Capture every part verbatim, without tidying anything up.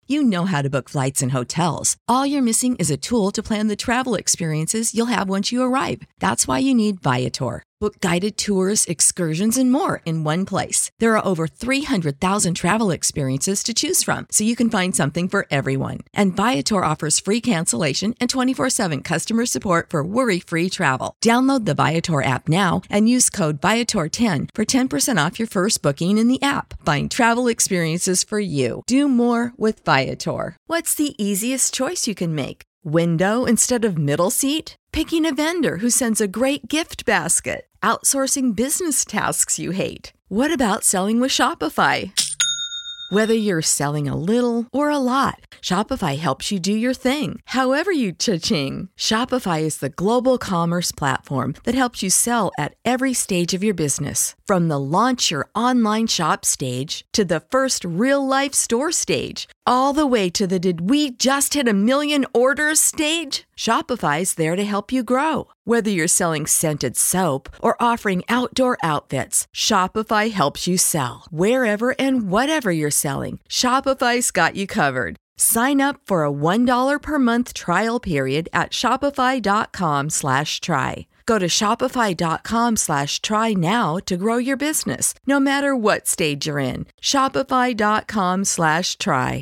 You know how to book flights and hotels. All you're missing is a tool to plan the travel experiences you'll have once you arrive. That's why you need Viator. Book guided tours, excursions, and more in one place. There are over three hundred thousand travel experiences to choose from, so you can find something for everyone. And Viator offers free cancellation and twenty-four seven customer support for worry-free travel. Download the Viator app now and use code Viator ten for ten percent off your first booking in the app. Find travel experiences for you. Do more with Viator. What's the easiest choice you can make? Window instead of middle seat? Picking a vendor who sends a great gift basket? Outsourcing business tasks you hate? What about selling with Shopify? Whether you're selling a little or a lot, Shopify helps you do your thing, however you cha-ching. Shopify is the global commerce platform that helps you sell at every stage of your business. From the launch your online shop stage to the first real-life store stage, all the way to the did we just hit a million orders stage? Shopify's there to help you grow. Whether you're selling scented soap or offering outdoor outfits, Shopify helps you sell. Wherever and whatever you're selling, Shopify's got you covered. Sign up for a one dollar per month trial period at shopify.com slash try. Go to shopify.com slash try now to grow your business, no matter what stage you're in. Shopify.com slash try.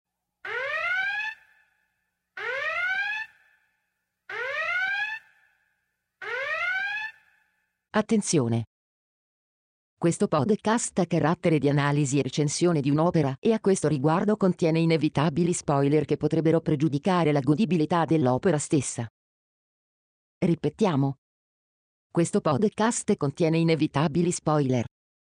Attenzione! Questo podcast ha carattere di analisi e recensione di un'opera e a questo riguardo contiene inevitabili spoiler che potrebbero pregiudicare la godibilità dell'opera stessa. Ripetiamo. Questo podcast contiene inevitabili spoiler.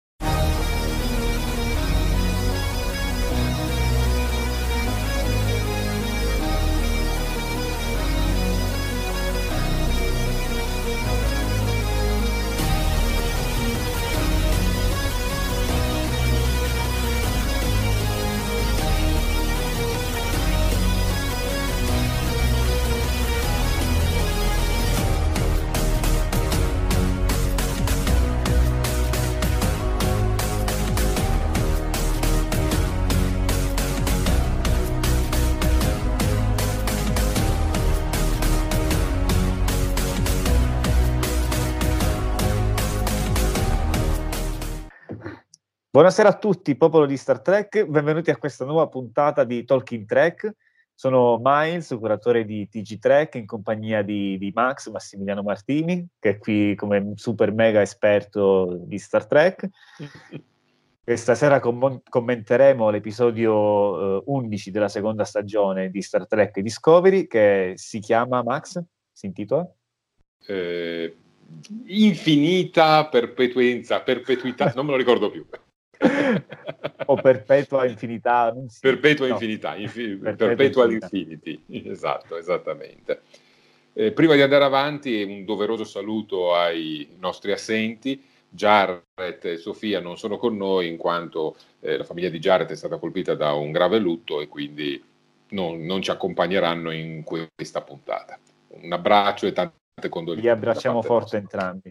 Buonasera a tutti, popolo di Star Trek, benvenuti a questa nuova puntata di Talking Trek. Sono Miles, curatore di T G Trek, in compagnia di, di Max, Massimiliano Martini, che è qui come super mega esperto di Star Trek. Questa sera com- commenteremo l'episodio eh, undici della seconda stagione di Star Trek Discovery, che si chiama, Max, si intitola? Eh, infinita perpetuenza, perpetuità, non me lo ricordo più. O perpetua infinità, non si... perpetua no. infinità, infi... perpetua perpetual infinità. infinity, esatto, esattamente. Eh, prima di andare avanti, un doveroso saluto ai nostri assenti. Jared e Sofia non sono con noi in quanto eh, la famiglia di Jared è stata colpita da un grave lutto e quindi non, non ci accompagneranno in questa puntata. Un abbraccio e tante condoglianze. Li abbracciamo forte entrambi.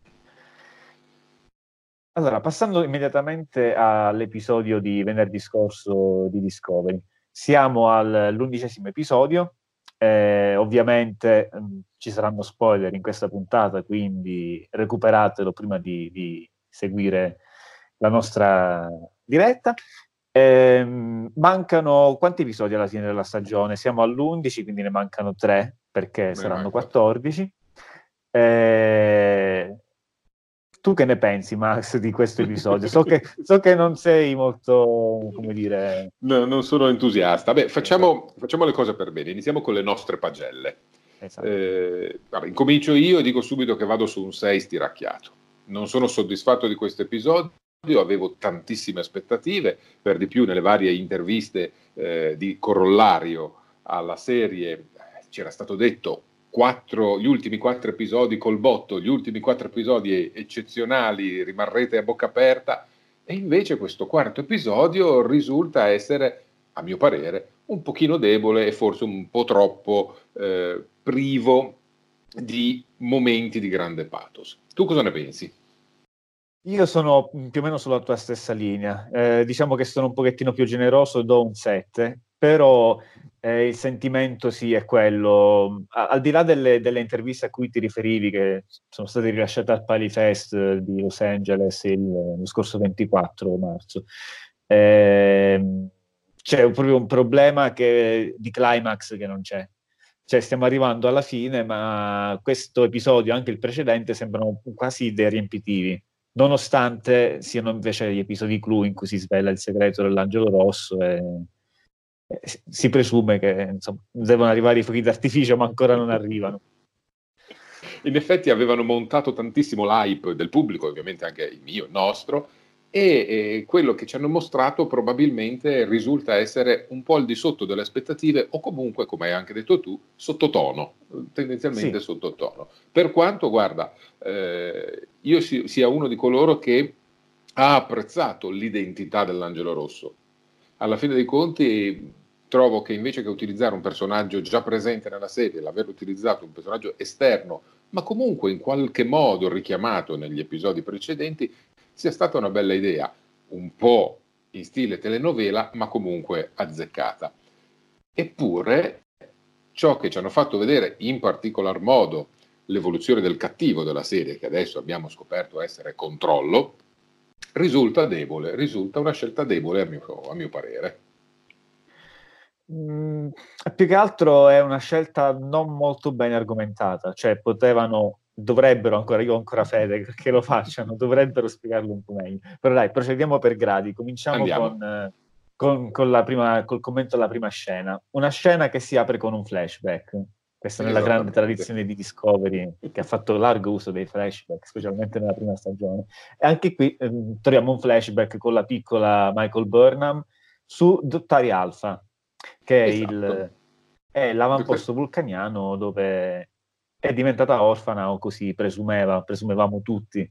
Allora, passando immediatamente all'episodio di venerdì scorso di Discovery, siamo all'undicesimo episodio, eh, ovviamente mh, ci saranno spoiler in questa puntata, quindi recuperatelo prima di, di seguire la nostra diretta. Eh, mancano quanti episodi alla fine della stagione? Siamo all'undici, quindi ne mancano tre, perché Me saranno manco. quattordici. Eh, Tu che ne pensi, Max, di questo episodio? So che, so che non sei molto, come dire... No, non sono entusiasta. Beh, facciamo, facciamo le cose per bene. Iniziamo con le nostre pagelle. Esatto. Eh, vabbè, incomincio io e dico subito che vado su un sei stiracchiato. Non sono soddisfatto di questo episodio, avevo tantissime aspettative, per di più nelle varie interviste eh, di corollario alla serie eh, c'era stato detto Quattro, gli ultimi quattro episodi col botto, gli ultimi quattro episodi eccezionali, rimarrete a bocca aperta, e invece questo quarto episodio risulta essere, a mio parere, un pochino debole e forse un po' troppo eh, privo di momenti di grande pathos. Tu cosa ne pensi? Io sono più o meno sulla tua stessa linea, eh, diciamo che sono un pochettino più generoso, do un sette, però eh, il sentimento sì è quello, a- al di là delle, delle interviste a cui ti riferivi, che sono state rilasciate al Palifest di Los Angeles il, lo scorso ventiquattro marzo, ehm, c'è proprio un problema che, di climax che non c'è. Cioè, stiamo arrivando alla fine, ma questo episodio, anche il precedente, sembrano quasi dei riempitivi, nonostante siano invece gli episodi clou in cui si svela il segreto dell'angelo rosso e, e si presume che insomma, devono arrivare i fuochi d'artificio, ma ancora non arrivano. In effetti avevano montato tantissimo l'hype del pubblico, ovviamente anche il mio, il nostro, e eh, quello che ci hanno mostrato probabilmente risulta essere un po' al di sotto delle aspettative o comunque, come hai anche detto tu, sottotono, tendenzialmente Sì. sottotono. Per quanto, guarda, eh, io si, sia uno di coloro che ha apprezzato l'identità dell'Angelo Rosso. Alla fine dei conti trovo che invece che utilizzare un personaggio già presente nella serie, l'aver utilizzato un personaggio esterno, ma comunque in qualche modo richiamato negli episodi precedenti, sia stata una bella idea, un po' in stile telenovela, ma comunque azzeccata. Eppure, ciò che ci hanno fatto vedere in particolar modo l'evoluzione del cattivo della serie, che adesso abbiamo scoperto essere Controllo, risulta debole, risulta una scelta debole a mio, a mio parere. Mm, più che altro è una scelta non molto ben argomentata, cioè potevano, dovrebbero ancora, io ho ancora fede che lo facciano, dovrebbero spiegarlo un po' meglio. Però dai, procediamo per gradi, cominciamo Andiamo. con, eh, con, con la prima, col commento alla prima scena. Una scena che si apre con un flashback. Questa nella grande tradizione di Discovery, che ha fatto largo uso dei flashback, specialmente nella prima stagione. E anche qui eh, troviamo un flashback con la piccola Michael Burnham su Dottari Alpha, che è, Esatto. il, è l'avamposto vulcaniano dove è diventata orfana, o così presumeva, presumevamo tutti.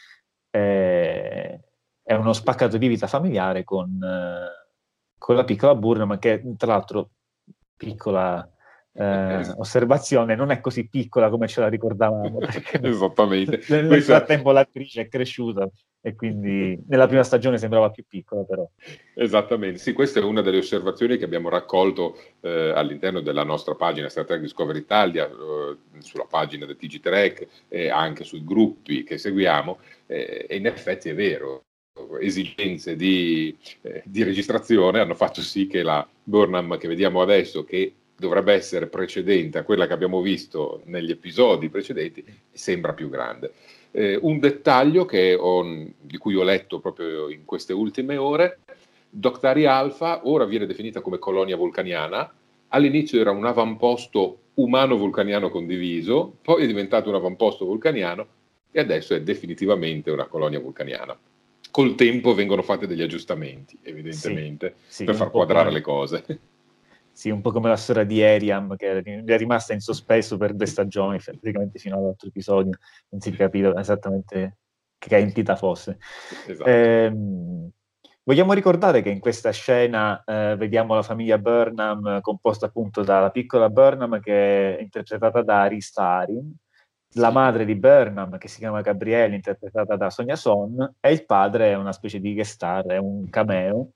È, è uno spaccato di vita familiare con, eh, con la piccola Burnham, che tra l'altro, piccola eh, osservazione, non è così piccola come ce la ricordavamo, perché esattamente. nel, nel Questa... frattempo l'attrice è cresciuta e quindi nella prima stagione sembrava più piccola, però. Esattamente, sì, questa è una delle osservazioni che abbiamo raccolto eh, all'interno della nostra pagina Star Trek Discovery Italia, eh, sulla pagina del T G Trek e anche sui gruppi che seguiamo, eh, e in effetti è vero, esigenze di, eh, di registrazione hanno fatto sì che la Burnham che vediamo adesso, che dovrebbe essere precedente a quella che abbiamo visto negli episodi precedenti, sembra più grande. Eh, un dettaglio che ho, di cui ho letto proprio in queste ultime ore: Dottari Alpha ora viene definita come colonia vulcaniana, all'inizio era un avamposto umano-vulcaniano condiviso, poi è diventato un avamposto vulcaniano e adesso è definitivamente una colonia vulcaniana. Col tempo vengono fatti degli aggiustamenti, evidentemente, sì, sì, per far quadrare come... le cose. Sì, un po' come la storia di Eriam, che è rimasta in sospeso per due stagioni, praticamente fino all'altro episodio, non si capiva esattamente che entità fosse. Esatto. Eh, vogliamo ricordare che in questa scena eh, vediamo la famiglia Burnham, composta appunto dalla piccola Burnham, che è interpretata da Arista Arin, la sì. madre di Burnham, che si chiama Gabrielle, interpretata da Sonia Son, e il padre è una specie di guest star, è un cameo.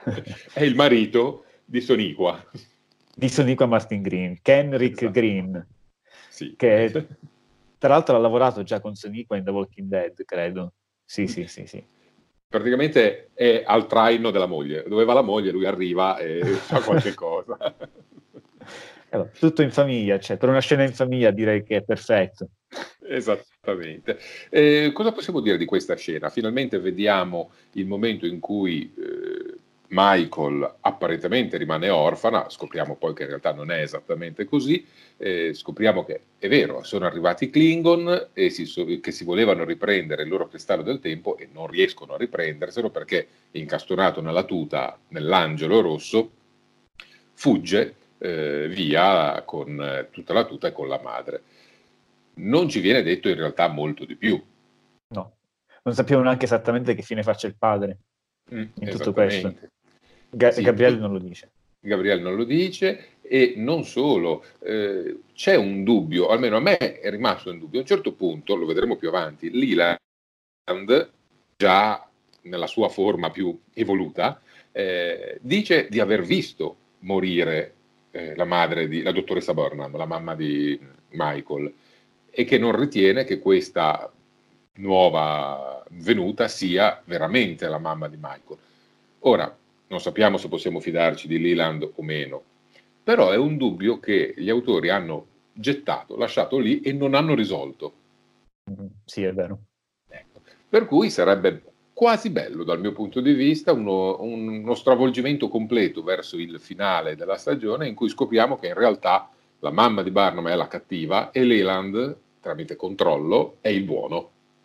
È il marito di Soniqua. Di Soniqua Martin Green, Kenrick esatto. Green, sì. che tra l'altro ha lavorato già con Soniqua in The Walking Dead, credo. Sì, sì, sì, sì. Praticamente è al traino della moglie. Dove va la moglie, lui arriva e fa qualche cosa. Allora, tutto in famiglia, cioè per una scena in famiglia direi che è perfetto. Esattamente. Eh, cosa possiamo dire di questa scena? Finalmente vediamo il momento in cui eh, Michael apparentemente rimane orfana, scopriamo poi che in realtà non è esattamente così, eh, scopriamo che è vero, sono arrivati i Klingon e si, so, che si volevano riprendere il loro cristallo del tempo e non riescono a riprenderselo perché incastonato nella tuta, nell'angelo rosso, fugge eh, via con eh, tutta la tuta e con la madre. Non ci viene detto in realtà molto di più. No, non sappiamo neanche esattamente che fine faccia il padre mm, in tutto questo. Ga- sì, Gabriele non lo dice. Gabriele non lo dice, e non solo, eh, c'è un dubbio, almeno a me è rimasto un dubbio. A un certo punto, lo vedremo più avanti, Leland, già nella sua forma più evoluta, eh, dice di aver visto morire eh, la madre di la dottoressa Burnham, la mamma di Michael, e che non ritiene che questa nuova venuta sia veramente la mamma di Michael. Ora, non sappiamo se possiamo fidarci di Leland o meno, però è un dubbio che gli autori hanno gettato, lasciato lì e non hanno risolto. Mm, sì, è vero. Ecco. Per cui sarebbe quasi bello dal mio punto di vista uno, uno stravolgimento completo verso il finale della stagione in cui scopriamo che in realtà la mamma di Barnum è la cattiva e Leland, tramite controllo, è il buono,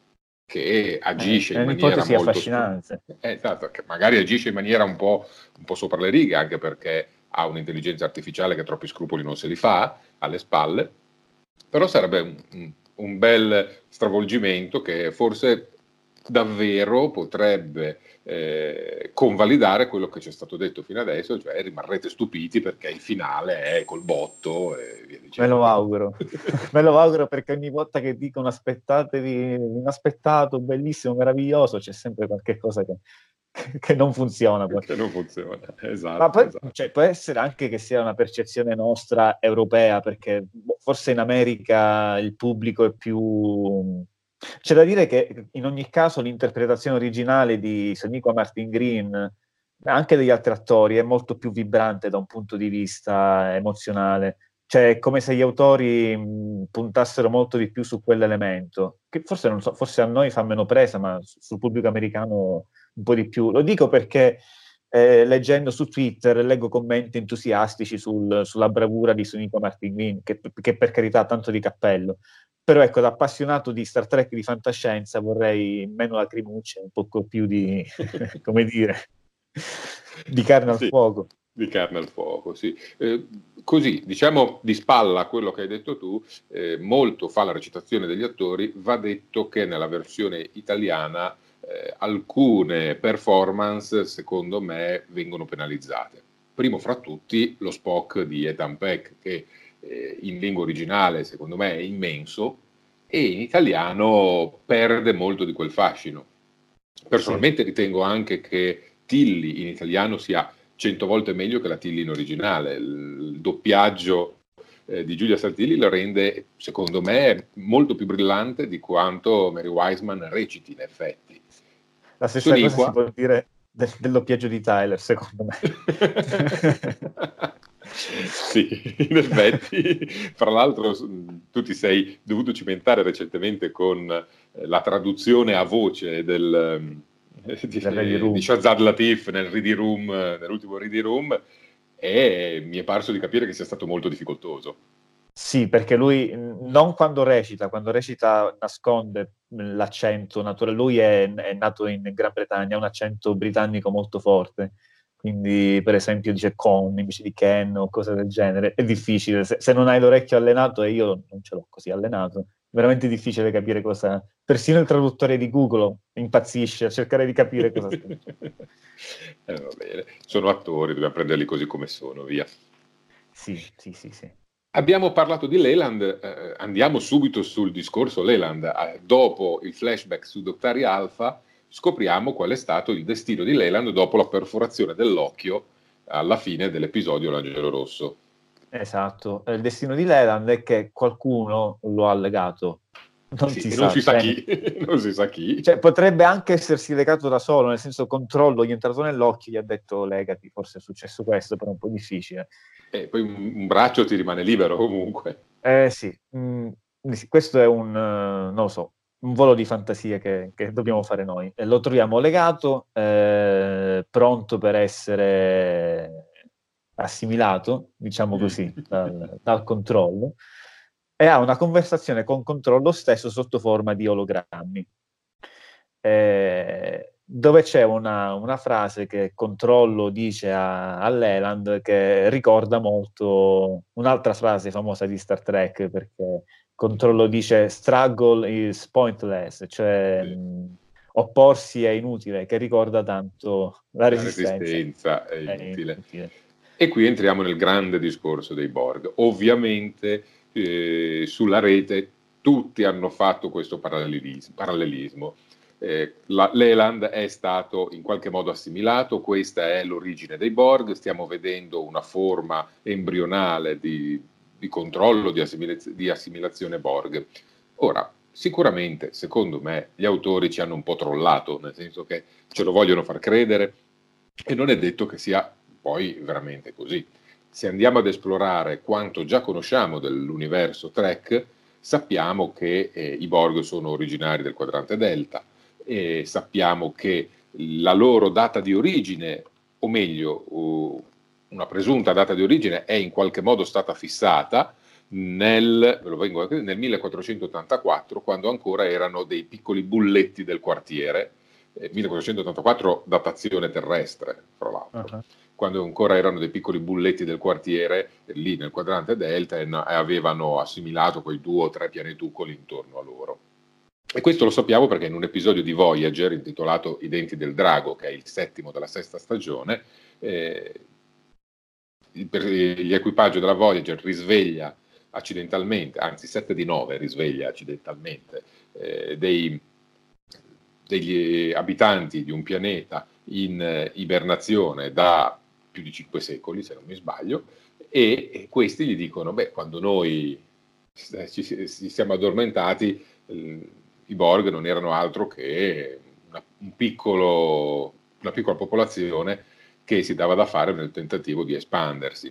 che agisce eh, in è maniera un'ipotesi molto affascinante. eh, esatto, che magari agisce in maniera un po', un po' sopra le righe, anche perché ha un'intelligenza artificiale che troppi scrupoli non se li fa alle spalle, però sarebbe un, un, un bel stravolgimento che forse davvero potrebbe eh, convalidare quello che ci è stato detto fino adesso, cioè rimarrete stupiti perché il finale è col botto e via dicendo. Me lo auguro, me lo auguro, perché ogni volta che dicono aspettatevi inaspettato, bellissimo, meraviglioso, c'è sempre qualche cosa che, che non funziona. Poi. Che non funziona, esatto. Ma poi, esatto. cioè, può essere anche che sia una percezione nostra europea, perché forse in America il pubblico è più... C'è da dire che in ogni caso l'interpretazione originale di Sonequa Martin Green, anche degli altri attori, è molto più vibrante da un punto di vista emozionale. Cioè è come se gli autori mh, puntassero molto di più su quell'elemento, che forse, non so, forse a noi fa meno presa, ma sul pubblico americano un po' di più. Lo dico perché eh, leggendo su Twitter leggo commenti entusiastici sul, sulla bravura di Sonequa Martin Green, che, che per carità tanto di cappello. Però ecco, da appassionato di Star Trek di fantascienza vorrei meno lacrimucce, un poco più di, come dire, di carne al sì, fuoco. Di carne al fuoco, sì. Eh, così, diciamo di spalla a quello che hai detto tu, eh, molto fa la recitazione degli attori, va detto che nella versione italiana eh, alcune performance, secondo me, vengono penalizzate. Primo fra tutti lo Spock di Ethan Peck, che eh, in lingua originale secondo me è immenso e in italiano perde molto di quel fascino. Personalmente sì. Ritengo anche che Tilly in italiano sia cento volte meglio che la Tilly in originale. Il doppiaggio eh, di Giulia Saltilli lo rende, secondo me, molto più brillante di quanto Mary Wiseman reciti in effetti. La stessa Sonequa... cosa si può dire del, del doppiaggio di Tyler, secondo me. Sì, in effetti. Fra l'altro tu ti sei dovuto cimentare recentemente con la traduzione a voce del, di, di Shazad Latif nel Ready Room, nell'ultimo Ready Room, e mi è parso di capire che sia stato molto difficoltoso. Sì, perché lui non quando recita, quando recita nasconde l'accento naturale. Lui è, è nato in Gran Bretagna, ha un accento britannico molto forte. Quindi, per esempio, dice con invece di Ken o cose del genere. È difficile. Se, se non hai l'orecchio allenato, e io non ce l'ho così allenato, è veramente difficile capire cosa... Persino il traduttore di Google impazzisce a cercare di capire cosa sta. eh, va bene. Sono attori, dobbiamo prenderli così come sono, via. Sì, sì, sì, sì. Abbiamo parlato di Leland, eh, andiamo subito sul discorso Leland. Eh, dopo il flashback su Doctari Alpha, scopriamo qual è stato il destino di Leland dopo la perforazione dell'occhio alla fine dell'episodio L'Angelo Rosso. Esatto, il destino di Leland è che qualcuno lo ha legato. Non, sì, si, non sa, si sa chi, non si sa chi. Cioè, potrebbe anche essersi legato da solo, nel senso controllo, gli è entrato nell'occhio, gli ha detto legati, forse è successo questo, però è un po' difficile. E poi un, un braccio ti rimane libero comunque. Eh sì, mm, questo è un, uh, non lo so, un volo di fantasia che, che dobbiamo fare noi. E lo troviamo legato, eh, pronto per essere assimilato, diciamo così, dal, dal controllo, e ha una conversazione con controllo stesso sotto forma di ologrammi. Eh, dove c'è una, una frase che Controllo dice a, a Leland che ricorda molto un'altra frase famosa di Star Trek, perché Controllo dice struggle is pointless, cioè sì. mh, opporsi è inutile, che ricorda tanto la resistenza. La resistenza è inutile. È inutile. E qui entriamo nel grande discorso dei Borg. Ovviamente eh, sulla rete tutti hanno fatto questo parallelismo. parallelismo. eh, la, l'Eland è stato in qualche modo assimilato, questa è l'origine dei Borg, stiamo vedendo una forma embrionale di, di controllo, di, assimilaz- di assimilazione Borg. Ora, sicuramente, secondo me, gli autori ci hanno un po' trollato, nel senso che ce lo vogliono far credere e non è detto che sia poi veramente così. Se andiamo ad esplorare quanto già conosciamo dell'universo Trek, sappiamo che eh, i Borg sono originari del quadrante Delta e sappiamo che la loro data di origine, o meglio, uh, una presunta data di origine è in qualche modo stata fissata nel, ve lo vengo, nel millequattrocentottantaquattro, quando ancora erano dei piccoli bulletti del quartiere, eh, millequattrocentottantaquattro datazione terrestre, fra l'altro. Uh-huh. Quando ancora erano dei piccoli bulletti del quartiere, lì nel quadrante Delta, e, no, e avevano assimilato quei due o tre pianetucoli intorno a loro. E questo lo sappiamo perché in un episodio di Voyager intitolato I denti del drago, che è il settimo della sesta stagione, eh, l'equipaggio della Voyager risveglia accidentalmente, anzi sette di nove risveglia accidentalmente, eh, dei, degli abitanti di un pianeta in eh, ibernazione da più di cinque secoli, se non mi sbaglio, e, e questi gli dicono, beh, quando noi ci, ci siamo addormentati, eh, i Borg non erano altro che una, un piccolo, una piccola popolazione che si dava da fare nel tentativo di espandersi.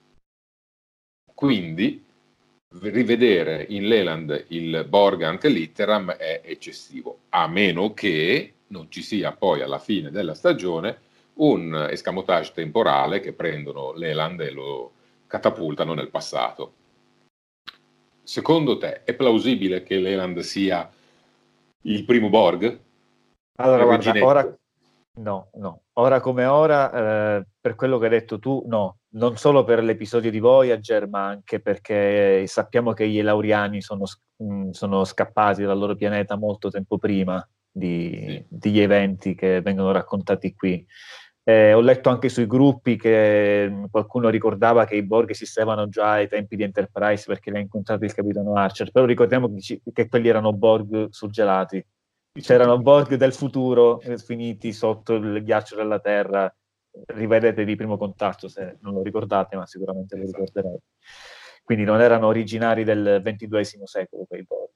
Quindi rivedere in Leland il Borg ante litteram è eccessivo, a meno che non ci sia poi alla fine della stagione un escamotage temporale che prendono Leland e lo catapultano nel passato. Secondo te è plausibile che Leland sia il primo Borg? Allora, guarda, ora no, no. Ora come ora, eh, per quello che hai detto tu, no. Non solo per l'episodio di Voyager, ma anche perché sappiamo che gli Elauriani sono, mh, sono scappati dal loro pianeta molto tempo prima di, sì. degli eventi che vengono raccontati qui. Eh, ho letto anche sui gruppi che qualcuno ricordava che i Borg esistevano già ai tempi di Enterprise perché li ha incontrati il capitano Archer, però ricordiamo che, che quelli erano Borg surgelati. C'erano Borg del futuro eh, finiti sotto il ghiaccio della Terra. Rivedete di Primo Contatto se non lo ricordate, ma sicuramente esatto. Lo ricorderete. Quindi non erano originari del ventiduesimo secolo quei Borg.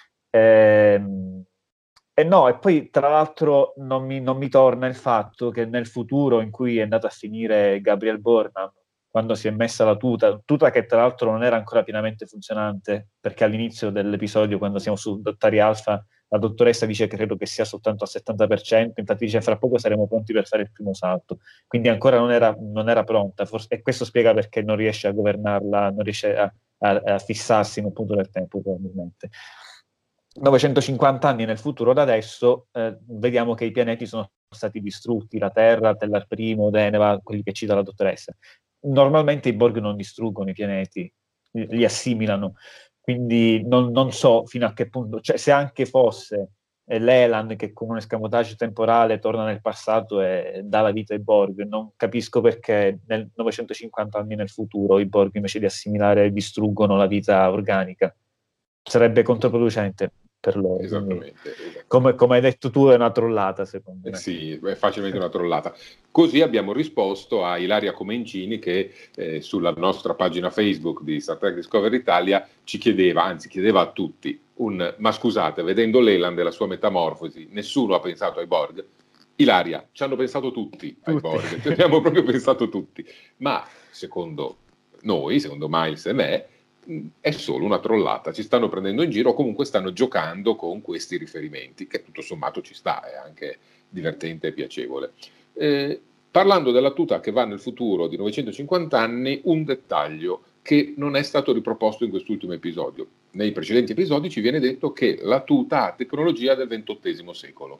Ehm, e no, e poi tra l'altro non mi, non mi torna il fatto che nel futuro in cui è andato a finire Gabriel Burnham, quando si è messa la tuta, tuta che tra l'altro non era ancora pienamente funzionante, perché all'inizio dell'episodio, quando siamo su Dottari Alpha, la dottoressa dice che credo che sia soltanto al settanta per cento, infatti dice fra poco saremo pronti per fare il primo salto, quindi ancora non era, non era pronta, forse, e questo spiega perché non riesce a governarla, non riesce a, a, a fissarsi in un punto del tempo probabilmente. novecentocinquanta anni nel futuro da adesso, eh, vediamo che i pianeti sono stati distrutti, la Terra, Tellar I, Deneva, quelli che cita la dottoressa. Normalmente i Borg non distruggono i pianeti, li assimilano, quindi non, non so fino a che punto, cioè se anche fosse eh, Leland che con un escamotage temporale torna nel passato e dà la vita ai Borg, non capisco perché nel novecentocinquanta anni nel futuro i Borg invece di assimilare distruggono la vita organica. Sarebbe controproducente per loro. Esattamente, esattamente. Come, come hai detto tu, è una trollata, secondo me. Eh sì, è facilmente una trollata. Così abbiamo risposto a Ilaria Comencini che eh, sulla nostra pagina Facebook di Star Trek Discovery Italia ci chiedeva, anzi chiedeva a tutti, un ma scusate, vedendo Leland e la sua metamorfosi, nessuno ha pensato ai Borg? Ilaria, ci hanno pensato tutti ai tutti. Borg, ci abbiamo proprio pensato tutti. Ma secondo noi, secondo Miles e me, è solo una trollata, ci stanno prendendo in giro o comunque stanno giocando con questi riferimenti, che tutto sommato ci sta, è anche divertente e piacevole. Eh, parlando della tuta che va nel futuro di novecentocinquanta anni, un dettaglio che non è stato riproposto in quest'ultimo episodio. Nei precedenti episodi ci viene detto che la tuta ha tecnologia del ventottesimo secolo,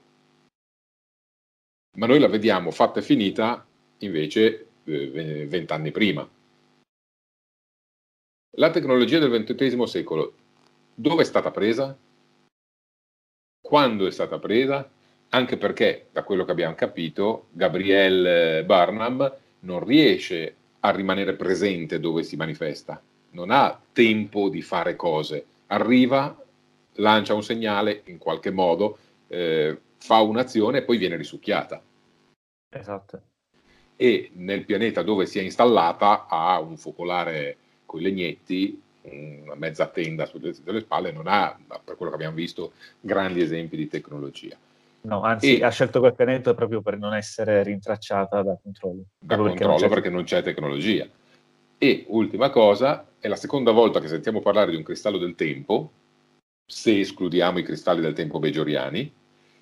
ma noi la vediamo fatta e finita invece eh, vent'anni prima. La tecnologia del ventottesimo secolo dove è stata presa? Quando è stata presa? Anche perché, da quello che abbiamo capito, Gabriel Burnham non riesce a rimanere presente dove si manifesta, non ha tempo di fare cose, arriva, lancia un segnale in qualche modo, eh, fa un'azione e poi viene risucchiata. Esatto. E nel pianeta dove si è installata ha un focolare con i legnetti, una mezza tenda sulle, sulle spalle, non ha, per quello che abbiamo visto, grandi esempi di tecnologia. No, anzi, e, ha scelto quel pianeta proprio per non essere rintracciata da controllo. Da controllo perché, non perché non c'è tecnologia. E ultima cosa, è la seconda volta che sentiamo parlare di un cristallo del tempo, se escludiamo i cristalli del tempo bejoriani,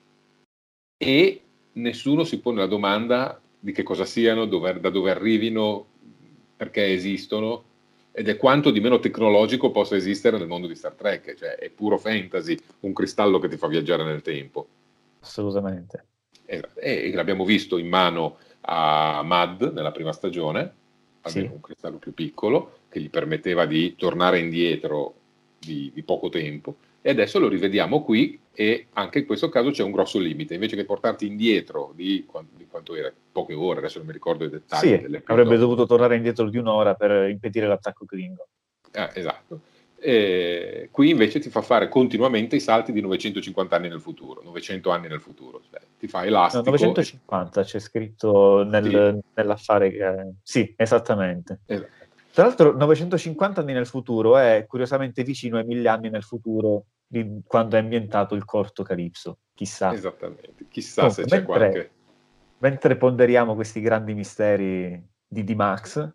e nessuno si pone la domanda di che cosa siano, dove, da dove arrivino, perché esistono, ed è quanto di meno tecnologico possa esistere nel mondo di Star Trek, cioè è puro fantasy, un cristallo che ti fa viaggiare nel tempo. Assolutamente. E, e l'abbiamo visto in mano a Mad nella prima stagione, almeno sì. Un cristallo più piccolo, che gli permetteva di tornare indietro di, di poco tempo, e adesso lo rivediamo qui, e anche in questo caso c'è un grosso limite, invece che portarti indietro di, di quanto era, poche ore, adesso non mi ricordo i dettagli. Sì, avrebbe dovuto tornare indietro di un'ora per impedire l'attacco Klingon. Ah, esatto. E qui invece ti fa fare continuamente i salti di novecentocinquanta anni nel futuro, novecento anni nel futuro, cioè, ti fa elastico. No, novecentocinquanta e... c'è scritto nel, sì. nell'affare che... Sì, esattamente. Esatto. Tra l'altro novecentocinquanta anni nel futuro è curiosamente vicino ai mille anni nel futuro di quando è ambientato il corto Calypso, chissà. Esattamente, chissà Comunque, se c'è mentre, qualche... Mentre ponderiamo questi grandi misteri di D-Max,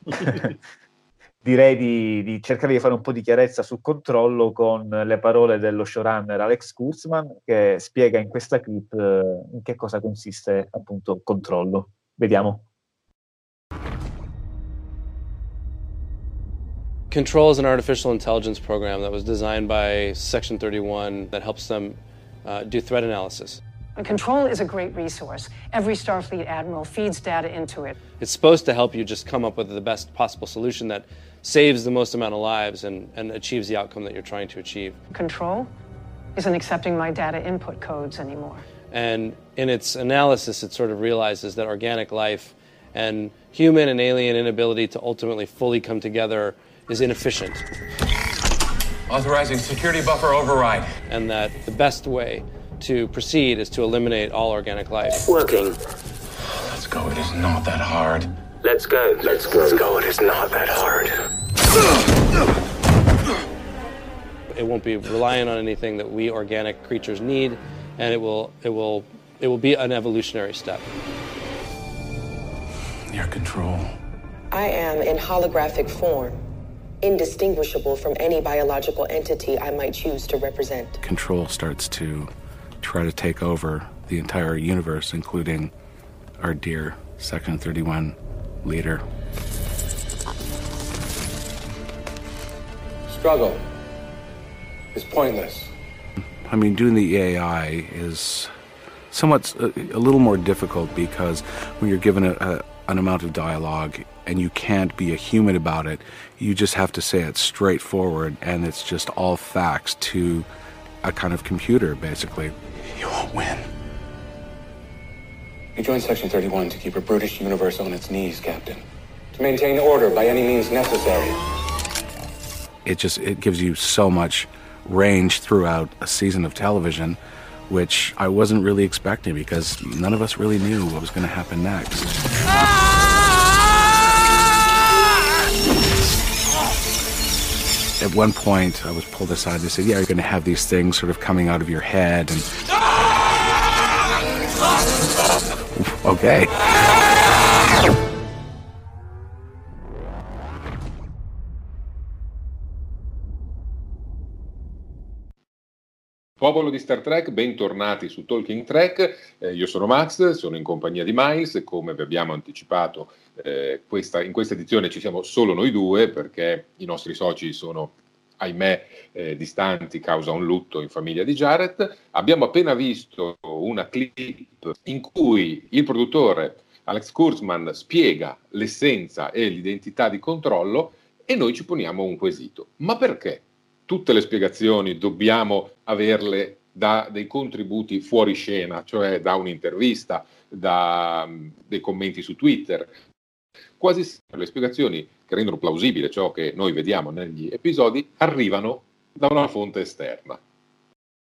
direi di, di cercare di fare un po' di chiarezza sul controllo con le parole dello showrunner Alex Kurtzman, che spiega in questa clip uh, in che cosa consiste appunto controllo. Vediamo. Control is an artificial intelligence program that was designed by Section thirty-one that helps them uh, do threat analysis. Control is a great resource. Every Starfleet admiral feeds data into it. It's supposed to help you just come up with the best possible solution that saves the most amount of lives and, and achieves the outcome that you're trying to achieve. Control isn't accepting my data input codes anymore. And in its analysis, it sort of realizes that organic life and human and alien inability to ultimately fully come together is inefficient. Authorizing security buffer override. And that the best way to proceed is to eliminate all organic life. Working. Let's go, it is not that hard. Let's go, let's go. Let's go, it is not that hard. It won't be relying on anything that we organic creatures need, and it will it will it will be an evolutionary step. Your control. I am in holographic form, indistinguishable from any biological entity I might choose to represent. Control starts to try to take over the entire universe, including our dear Section thirty-one leader. Struggle is pointless. I mean, doing the A I is somewhat a, a little more difficult because when you're given a, a, an amount of dialogue and you can't be a human about it, you just have to say it straightforward, and it's just all facts to a kind of computer, basically. You won't win. You joined Section thirty-one to keep a brutish universe on its knees, Captain. To maintain order by any means necessary. It just, it gives you so much range throughout a season of television, which I wasn't really expecting because none of us really knew what was going to happen next. At one point, I was pulled aside. They said, yeah, you're going to have these things sort of coming out of your head. And okay. Popolo di Star Trek, bentornati su Talking Trek, eh, io sono Max, sono in compagnia di Miles e come vi abbiamo anticipato eh, questa, in questa edizione ci siamo solo noi due perché i nostri soci sono, ahimè, eh, distanti causa un lutto in famiglia di Jared. Abbiamo appena visto una clip in cui il produttore Alex Kurtzman spiega l'essenza e l'identità di Controllo e noi ci poniamo un quesito. Ma perché? Tutte le spiegazioni dobbiamo averle da dei contributi fuori scena, cioè da un'intervista, da um, dei commenti su Twitter. Quasi sempre le spiegazioni che rendono plausibile ciò che noi vediamo negli episodi arrivano da una fonte esterna.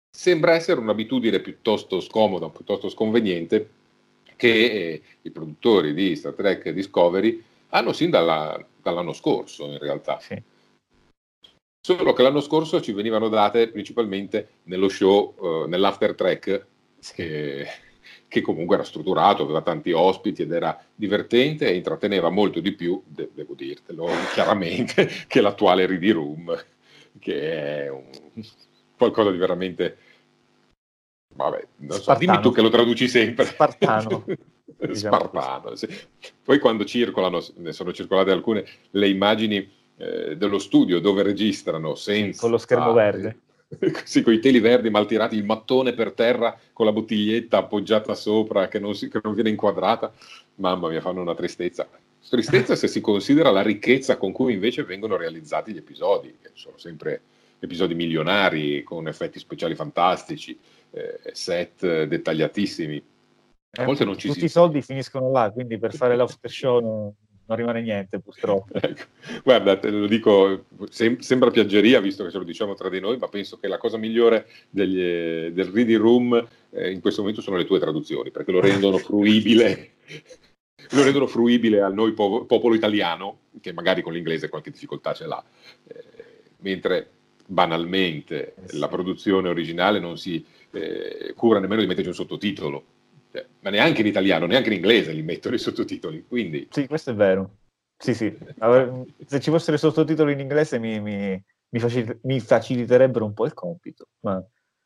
sembra essere un'abitudine piuttosto scomoda, piuttosto sconveniente, che eh, i produttori di Star Trek Discovery hanno sin dalla, dall'anno scorso, in realtà. Sì. Solo che l'anno scorso ci venivano date principalmente nello show, uh, nell'after track, che, che comunque era strutturato, aveva tanti ospiti ed era divertente e intratteneva molto di più, de- devo dirtelo chiaramente, che l'attuale Ready Room, che è un, qualcosa di veramente... Vabbè, non so, dimmi tu che lo traduci sempre. Spartano. Spartano, sì. Poi quando circolano, ne sono circolate alcune, le immagini eh, dello studio dove registrano senza... Sì, con lo schermo verde. Sì, con i teli verdi mal tirati, il mattone per terra con la bottiglietta appoggiata sopra che non, si, che non viene inquadrata. Mamma mia, fanno una tristezza. Tristezza se si considera la ricchezza con cui invece vengono realizzati gli episodi, che sono sempre episodi milionari, con effetti speciali fantastici, eh, set dettagliatissimi. A volte non ci Tutti si... i soldi finiscono là, quindi per fare l'after show non, non rimane niente, purtroppo. Ecco. Guarda, te lo dico, sem- sembra piaggeria, visto che ce lo diciamo tra di noi, ma penso che la cosa migliore degli, eh, del Reading Room eh, in questo momento sono le tue traduzioni, perché lo rendono fruibile, lo rendono fruibile a noi po- popolo italiano, che magari con l'inglese qualche difficoltà ce l'ha, eh, mentre banalmente la produzione originale non si eh, cura nemmeno di metterci un sottotitolo. Cioè, ma neanche in italiano, neanche in inglese li mettono i sottotitoli, quindi... Sì, questo è vero. Sì, sì. Allora, se ci fossero i sottotitoli in inglese mi, mi, mi, facil- mi faciliterebbero un po' il compito. Ma...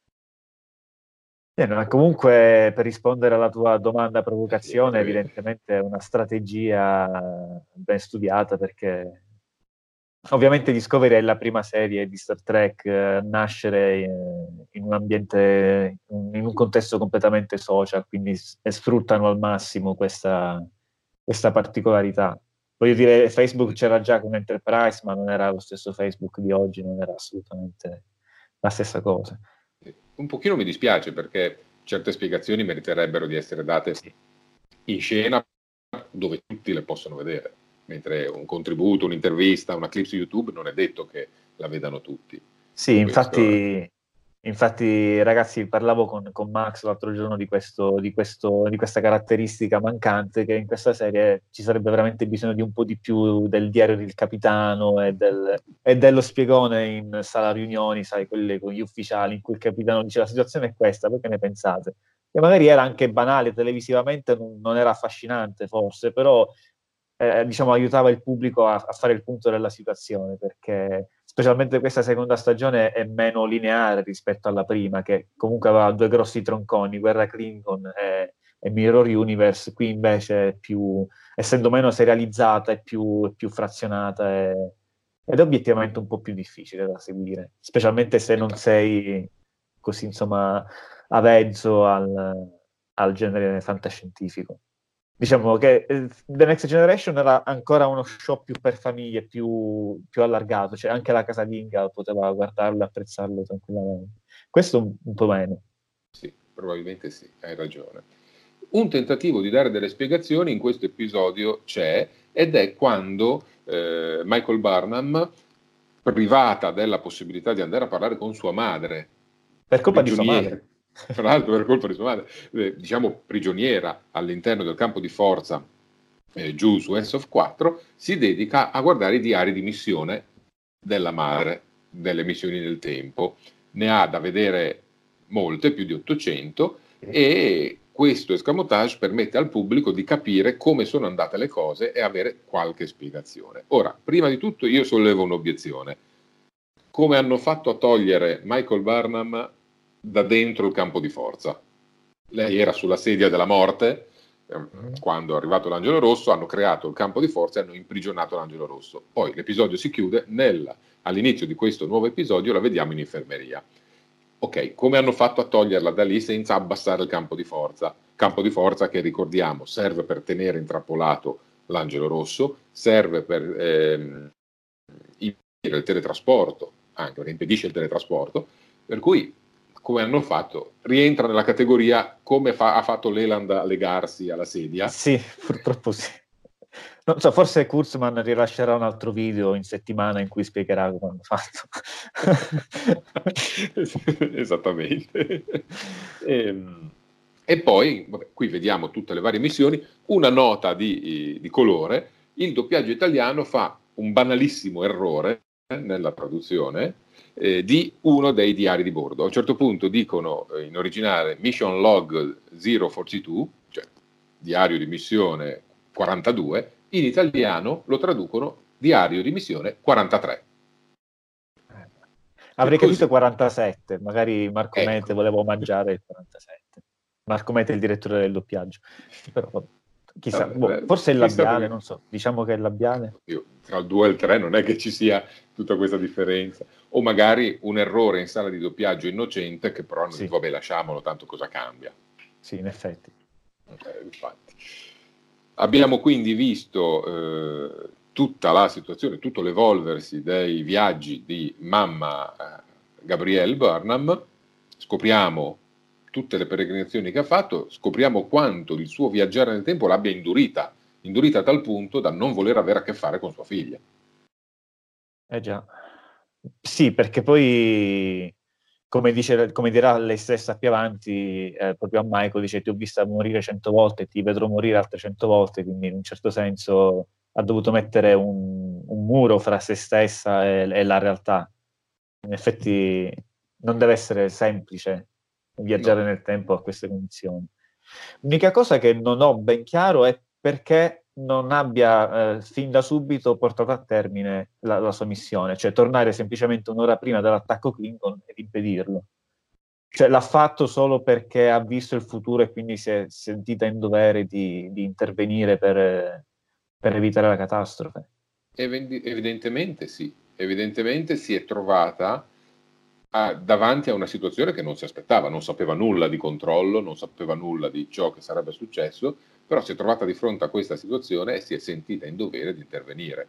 Eh, no, comunque, per rispondere alla tua domanda provocazione, sì, evidentemente è una strategia ben studiata, perché ovviamente Discovery è la prima serie di Star Trek a nascere in, in un ambiente, in un contesto completamente social, quindi s- sfruttano al massimo questa, questa particolarità. Voglio dire, Facebook c'era già con Enterprise, ma non era lo stesso Facebook di oggi, non era assolutamente la stessa cosa. Un pochino mi dispiace, perché certe spiegazioni meriterebbero di essere date in scena dove tutti le possono vedere, mentre un contributo, un'intervista, una clip su YouTube non è detto che la vedano tutti. Sì, Questo infatti, è... infatti ragazzi, parlavo con, con Max l'altro giorno di, questo, di, questo, di questa caratteristica mancante, che in questa serie ci sarebbe veramente bisogno di un po' di più del diario del capitano e, del, e dello spiegone in sala riunioni, sai, quelle con gli ufficiali, in cui il capitano dice la situazione è questa, voi che ne pensate? E magari era anche banale, televisivamente non, non era affascinante forse, però eh, diciamo aiutava il pubblico a, a fare il punto della situazione, perché specialmente questa seconda stagione è meno lineare rispetto alla prima, che comunque aveva due grossi tronconi, Guerra Klingon e, e Mirror Universe. Qui invece è più, essendo meno serializzata, è più, è più frazionata e, ed è obiettivamente un po' più difficile da seguire, specialmente se non sei così, insomma, avvezzo al, al genere fantascientifico. Diciamo che eh, The Next Generation era ancora uno show più per famiglie, più, più allargato, cioè anche la casalinga poteva guardarlo e apprezzarlo tranquillamente. Questo un, un po' meno. Sì, probabilmente sì, hai ragione. Un tentativo di dare delle spiegazioni in questo episodio c'è, ed è quando eh, Michael Burnham, privata della possibilità di andare a parlare con sua madre, per colpa di sua madre, tra l'altro per colpa di sua madre, eh, diciamo prigioniera all'interno del campo di forza eh, giù su S O F quattro, si dedica a guardare i diari di missione della madre, delle missioni nel tempo. Ne ha da vedere molte, più di ottocento, e questo escamotage permette al pubblico di capire come sono andate le cose e avere qualche spiegazione. Ora, prima di tutto io sollevo un'obiezione. Come hanno fatto a togliere Michael Burnham da dentro il campo di forza? Lei era sulla sedia della morte, eh, quando è arrivato l'Angelo Rosso, hanno creato il campo di forza e hanno imprigionato l'Angelo Rosso. Poi l'episodio si chiude, nel, all'inizio di questo nuovo episodio la vediamo in infermeria. Ok, come hanno fatto a toglierla da lì senza abbassare il campo di forza? Campo di forza che, ricordiamo, serve per tenere intrappolato l'Angelo Rosso, serve per ehm, impedire il teletrasporto, anche perché impedisce il teletrasporto, per cui come hanno fatto? Rientra nella categoria come fa, ha fatto Leland a legarsi alla sedia. Sì, purtroppo sì. Non so, forse Kurtzman rilascerà un altro video in settimana in cui spiegherà come hanno fatto. Esattamente. E, e poi, vabbè, qui vediamo tutte le varie missioni, una nota di, di colore: il doppiaggio italiano fa un banalissimo errore nella traduzione eh, di uno dei diari di bordo. A un certo punto dicono eh, in originale Mission Log zero quarantadue, cioè diario di missione quarantadue, in italiano lo traducono diario di missione quarantatré. Avrei capito quarantasette, magari Marco ecco. Mete voleva omaggiare il quarantasette. Marco Mete è il direttore del doppiaggio. Però chissà, Vabbè, boh, forse è il chissà labiale, perché... non so, diciamo che è il labiale. Io, tra il due e il tre non è che ci sia tutta questa differenza. O magari un errore in sala di doppiaggio innocente che però, Sì. vabbè, lasciamolo, tanto cosa cambia. Sì, in effetti. Eh, infatti. Abbiamo quindi visto eh, tutta la situazione, tutto l'evolversi dei viaggi di mamma eh, Gabrielle Burnham, scopriamo tutte le peregrinazioni che ha fatto, scopriamo quanto il suo viaggiare nel tempo l'abbia indurita, indurita a tal punto da non voler avere a che fare con sua figlia. Eh già. Sì, perché poi... Come, dice, come dirà lei stessa più avanti, eh, proprio a Michael, dice: ti ho vista morire cento volte, ti vedrò morire altre cento volte, quindi in un certo senso ha dovuto mettere un, un muro fra se stessa e, e la realtà. In effetti non deve essere semplice viaggiare No. nel tempo a queste condizioni. L'unica cosa che non ho ben chiaro è perché non abbia eh, fin da subito portato a termine la, la sua missione, cioè tornare semplicemente un'ora prima dell'attacco Klingon ed impedirlo. Cioè l'ha fatto solo perché ha visto il futuro e quindi si è sentita in dovere di, di intervenire per, per evitare la catastrofe. Evidentemente sì, evidentemente si è trovata a, davanti a una situazione che non si aspettava, non sapeva nulla di controllo, non sapeva nulla di ciò che sarebbe successo, però si è trovata di fronte a questa situazione e si è sentita in dovere di intervenire,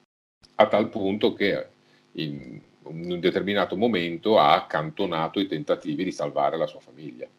a tal punto che in un determinato momento ha accantonato i tentativi di salvare la sua famiglia,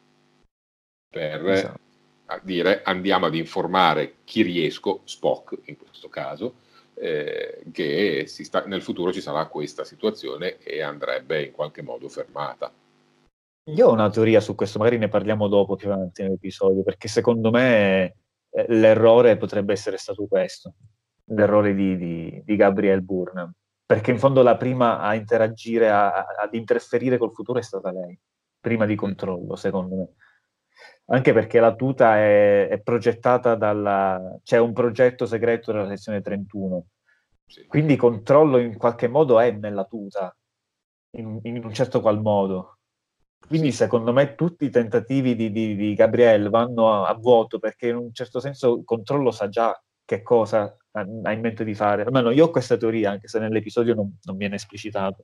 per esatto. dire andiamo ad informare chi riesco, Spock in questo caso, eh, che si sta, nel futuro ci sarà questa situazione e andrebbe in qualche modo fermata. Io ho una teoria su questo, magari ne parliamo dopo più avanti nell'episodio, perché secondo me eh, l'errore potrebbe essere stato questo, l'errore di, di, di Gabrielle Burnham, perché in fondo la prima a interagire, a, a, ad interferire col futuro è stata lei, prima di controllo, secondo me. Anche perché la tuta è, è progettata dalla... c'è un progetto segreto della sezione trentuno, sì. Quindi controllo in qualche modo è nella tuta, in, in un certo qual modo. Quindi sì. Secondo me tutti i tentativi di, di, di Gabrielle vanno a, a vuoto, perché in un certo senso controllo sa già che cosa ha, ha in mente di fare. Almeno io ho questa teoria, anche se nell'episodio non, non viene esplicitato.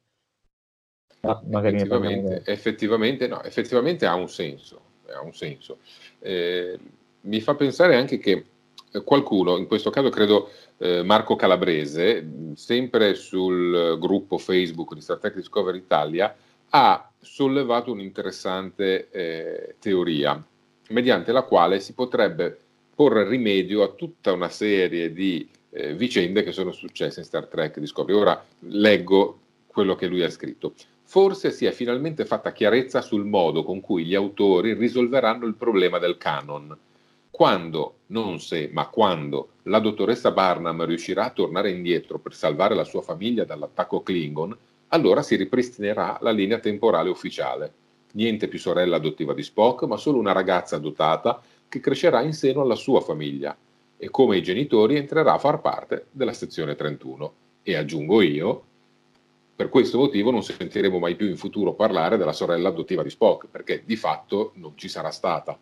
Ma magari effettivamente, effettivamente, no, effettivamente ha un senso. Ha un senso. Eh, mi fa pensare anche che qualcuno, in questo caso credo eh, Marco Calabrese, sempre sul gruppo Facebook di Star Trek Discovery Italia, ha sollevato un'interessante eh, teoria, mediante la quale si potrebbe porre rimedio a tutta una serie di eh, vicende che sono successe in Star Trek Discovery. Ora leggo quello che lui ha scritto. Forse si è finalmente fatta chiarezza sul modo con cui gli autori risolveranno il problema del canon. Quando, non se, ma quando, la dottoressa Burnham riuscirà a tornare indietro per salvare la sua famiglia dall'attacco Klingon, allora si ripristinerà la linea temporale ufficiale. Niente più sorella adottiva di Spock, ma solo una ragazza dotata che crescerà in seno alla sua famiglia e, come i genitori, entrerà a far parte della sezione trentuno. E aggiungo io, per questo motivo non sentiremo mai più in futuro parlare della sorella adottiva di Spock, perché di fatto non ci sarà stata.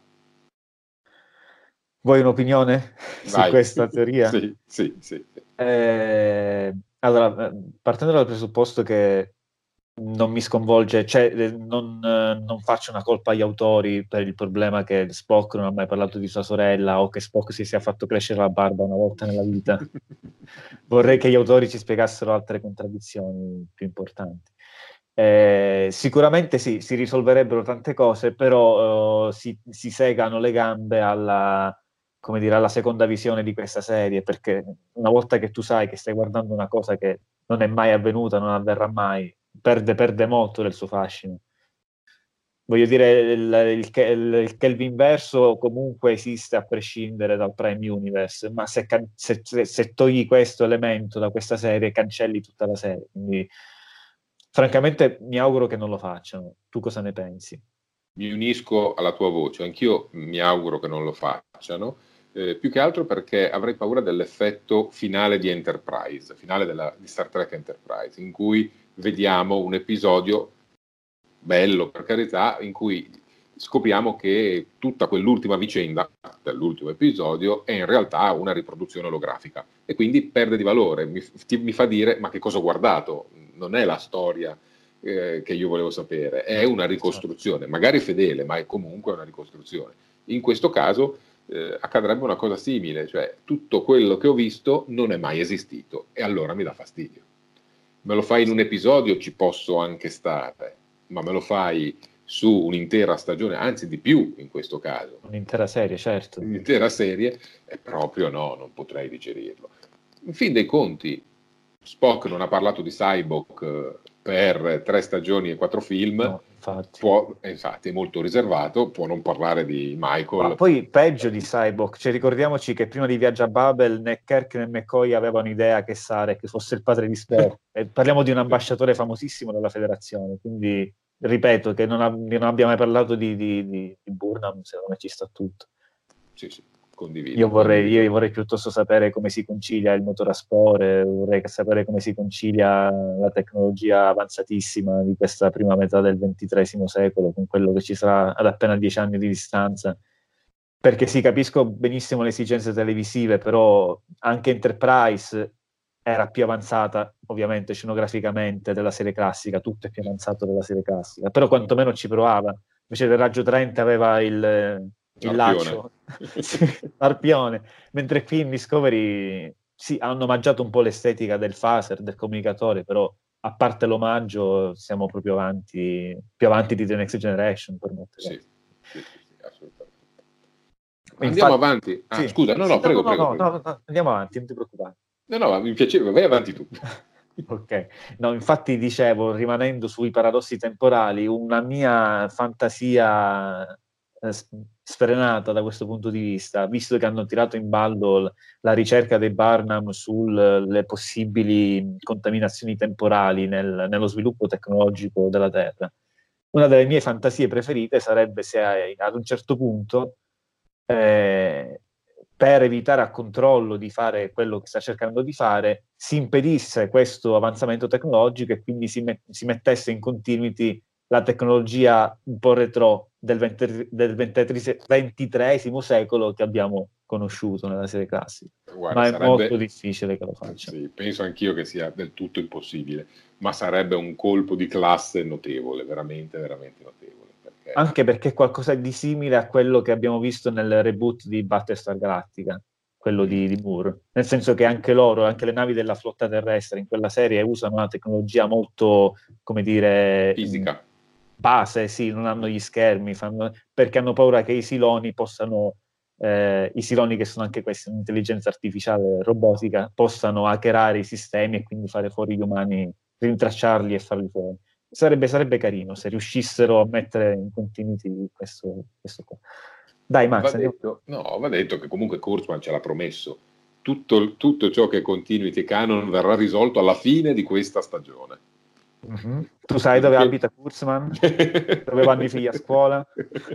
Vuoi un'opinione Vai. su questa teoria? Sì, sì, sì. Eh, allora, partendo dal presupposto che non mi sconvolge, cioè non, non faccio una colpa agli autori per il problema che Spock non ha mai parlato di sua sorella o che Spock si sia fatto crescere la barba una volta nella vita. Vorrei che gli autori ci spiegassero altre contraddizioni più importanti. Eh, sicuramente sì, si risolverebbero tante cose, però uh, si, si segano le gambe alla, come dire, alla seconda visione di questa serie, perché una volta che tu sai che stai guardando una cosa che non è mai avvenuta, non avverrà mai, perde, perde molto del suo fascino. Voglio dire, il, il, il, il Kelvin verso comunque esiste a prescindere dal Prime Universe, ma se, se, se togli questo elemento da questa serie, cancelli tutta la serie. Quindi, francamente, mi auguro che non lo facciano. Tu cosa ne pensi? Mi unisco alla tua voce, anch'io mi auguro che non lo facciano, eh, più che altro perché avrei paura dell'effetto finale di Enterprise, finale della, di Star Trek Enterprise, in cui vediamo un episodio bello, per carità, in cui scopriamo che tutta quell'ultima vicenda dell'ultimo episodio è in realtà una riproduzione olografica e quindi perde di valore, mi, mi fa dire ma che cosa ho guardato, non è la storia eh, che io volevo sapere, è una ricostruzione, magari fedele, ma è comunque una ricostruzione. In questo caso eh, accadrebbe una cosa simile, cioè tutto quello che ho visto non è mai esistito e allora mi dà fastidio. Me lo fai in un episodio, ci posso anche stare, ma me lo fai su un'intera stagione, anzi di più in questo caso. Un'intera serie, certo. Un'intera serie, è proprio no, non potrei digerirlo. In fin dei conti, Spock non ha parlato di Cyborg per tre stagioni e quattro film, no, infatti. Può, infatti è molto riservato, può non parlare di Michael. Ma poi peggio di Cyborg, cioè ricordiamoci che prima di Viaggio a Babel né Kirk né McCoy avevano idea che Sarek fosse il padre di Spock. E parliamo di un ambasciatore famosissimo della federazione, quindi ripeto che non, ab- non abbiamo mai parlato di, di, di, di Burnham, secondo me ci sta tutto. Sì, sì, condivido. Io vorrei, condivido. io vorrei piuttosto sapere come si concilia il motore a spore, vorrei sapere come si concilia la tecnologia avanzatissima di questa prima metà del ventitreesimo secolo con quello che ci sarà ad appena dieci anni di distanza. Perché sì, capisco benissimo le esigenze televisive, però anche Enterprise era più avanzata, ovviamente, scenograficamente della serie classica, tutto è più avanzato della serie classica, però quantomeno ci provava. Invece del Raggio trenta aveva il, il laccio, sì, l'arpione, mentre qui in Discovery sì, hanno omaggiato un po' l'estetica del phaser, del comunicatore, però a parte l'omaggio siamo proprio avanti, più avanti di The Next Generation per molte sì, cose. sì, sì, assolutamente. Infatti, Andiamo avanti. Ah, sì. scusa, no, no, Sì, prego, no, prego, no, prego. no, no, andiamo avanti, non ti preoccupare. No, no, mi piaceva, vai avanti tu. Ok, no, infatti dicevo, rimanendo sui paradossi temporali, una mia fantasia eh, sfrenata da questo punto di vista, visto che hanno tirato in ballo la ricerca dei Barnum sulle possibili contaminazioni temporali nel, nello sviluppo tecnologico della Terra, una delle mie fantasie preferite sarebbe se ad un certo punto eh, per evitare a controllo di fare quello che sta cercando di fare, si impedisse questo avanzamento tecnologico e quindi si, met- si mettesse in continuity la tecnologia un po' retro del, venti- del ventitreesimo secolo che abbiamo conosciuto nella serie classica. Guarda, ma è sarebbe, molto difficile che lo faccia. Sì, penso anch'io che sia del tutto impossibile, ma sarebbe un colpo di classe notevole, veramente, veramente notevole. Perché... Anche perché è qualcosa di simile a quello che abbiamo visto nel reboot di Battlestar Galactica, quello mm. di, di Moore, nel senso che anche loro, anche le navi della flotta terrestre in quella serie usano una tecnologia molto, come dire, fisica, base, sì, non hanno gli schermi, fanno, perché hanno paura che i siloni possano, eh, i siloni che sono anche questi, un'intelligenza artificiale robotica, possano hackerare i sistemi e quindi fare fuori gli umani, rintracciarli e farli fuori. Sarebbe, sarebbe carino se riuscissero a mettere in continuity questo, questo qua. Dai Max, va detto, no, va detto che comunque Kurtzman ce l'ha promesso. Tutto, tutto ciò che è continuity e canon verrà risolto alla fine di questa stagione. Mm-hmm. Tu sai dove Perché... abita Kurtzman? Dove vanno i figli a scuola?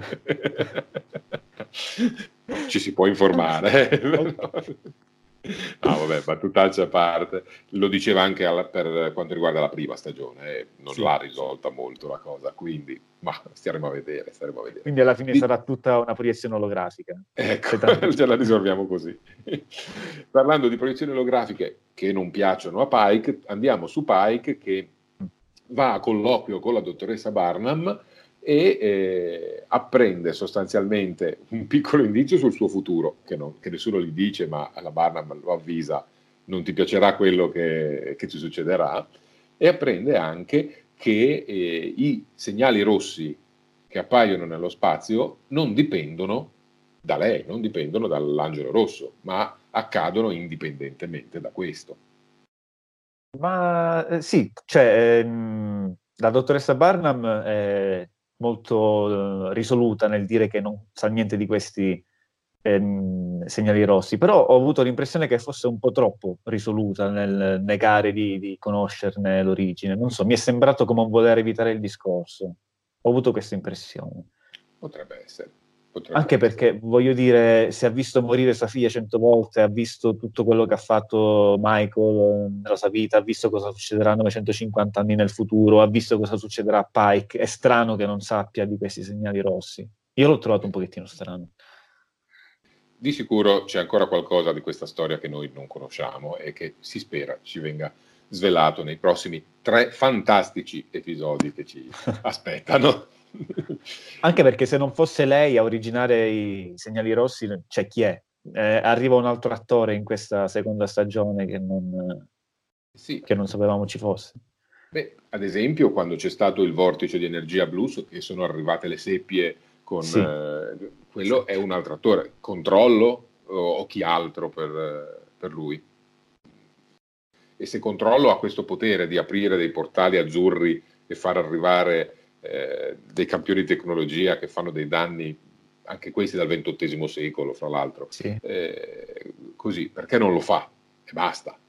Ci si può informare. No, vabbè, battutaccia a parte, lo diceva anche alla, per quanto riguarda la prima stagione, eh, non sì. l'ha risolta molto la cosa, quindi ma staremo a vedere, staremo a vedere. Quindi alla fine Di... sarà tutta una proiezione olografica. Ecco, ce la risolviamo così. Parlando di proiezioni olografiche che non piacciono a Pike, andiamo su Pike che va a colloquio con la dottoressa Barnum e eh, apprende sostanzialmente un piccolo indizio sul suo futuro, che, non, che nessuno gli dice, ma la Barnum lo avvisa, non ti piacerà quello che, che ci succederà, e apprende anche che eh, i segnali rossi che appaiono nello spazio non dipendono da lei, non dipendono dall'angelo rosso, ma accadono indipendentemente da questo. Ma eh, sì, cioè, ehm, la dottoressa Barnum è molto eh, risoluta nel dire che non sa niente di questi ehm, segnali rossi, però ho avuto l'impressione che fosse un po' troppo risoluta nel negare di, di conoscerne l'origine. Non so, mi è sembrato come un voler evitare il discorso. Ho avuto questa impressione. Potrebbe essere. Potrebbe Anche essere. perché, voglio dire, se ha visto morire sua figlia cento volte, ha visto tutto quello che ha fatto Michael eh, nella sua vita, ha visto cosa succederà novecentocinquanta anni nel futuro, ha visto cosa succederà a Pike, è strano che non sappia di questi segnali rossi. Io l'ho trovato un pochettino strano. Di sicuro c'è ancora qualcosa di questa storia che noi non conosciamo e che si spera ci venga svelato nei prossimi tre fantastici episodi che ci aspettano. Anche perché se non fosse lei a originare i segnali rossi, c'è chi è? Eh, arriva un altro attore in questa seconda stagione che non, sì. che non sapevamo ci fosse. Beh, ad esempio, quando c'è stato il vortice di energia blu, che sono arrivate le seppie con Sì. eh, quello, è un altro attore. Controllo o, o chi altro per, per lui? E se Controllo ha questo potere di aprire dei portali azzurri e far arrivare eh, dei campioni di tecnologia che fanno dei danni, anche questi dal ventottesimo secolo, fra l'altro, Sì. eh, così, perché non lo fa? E basta.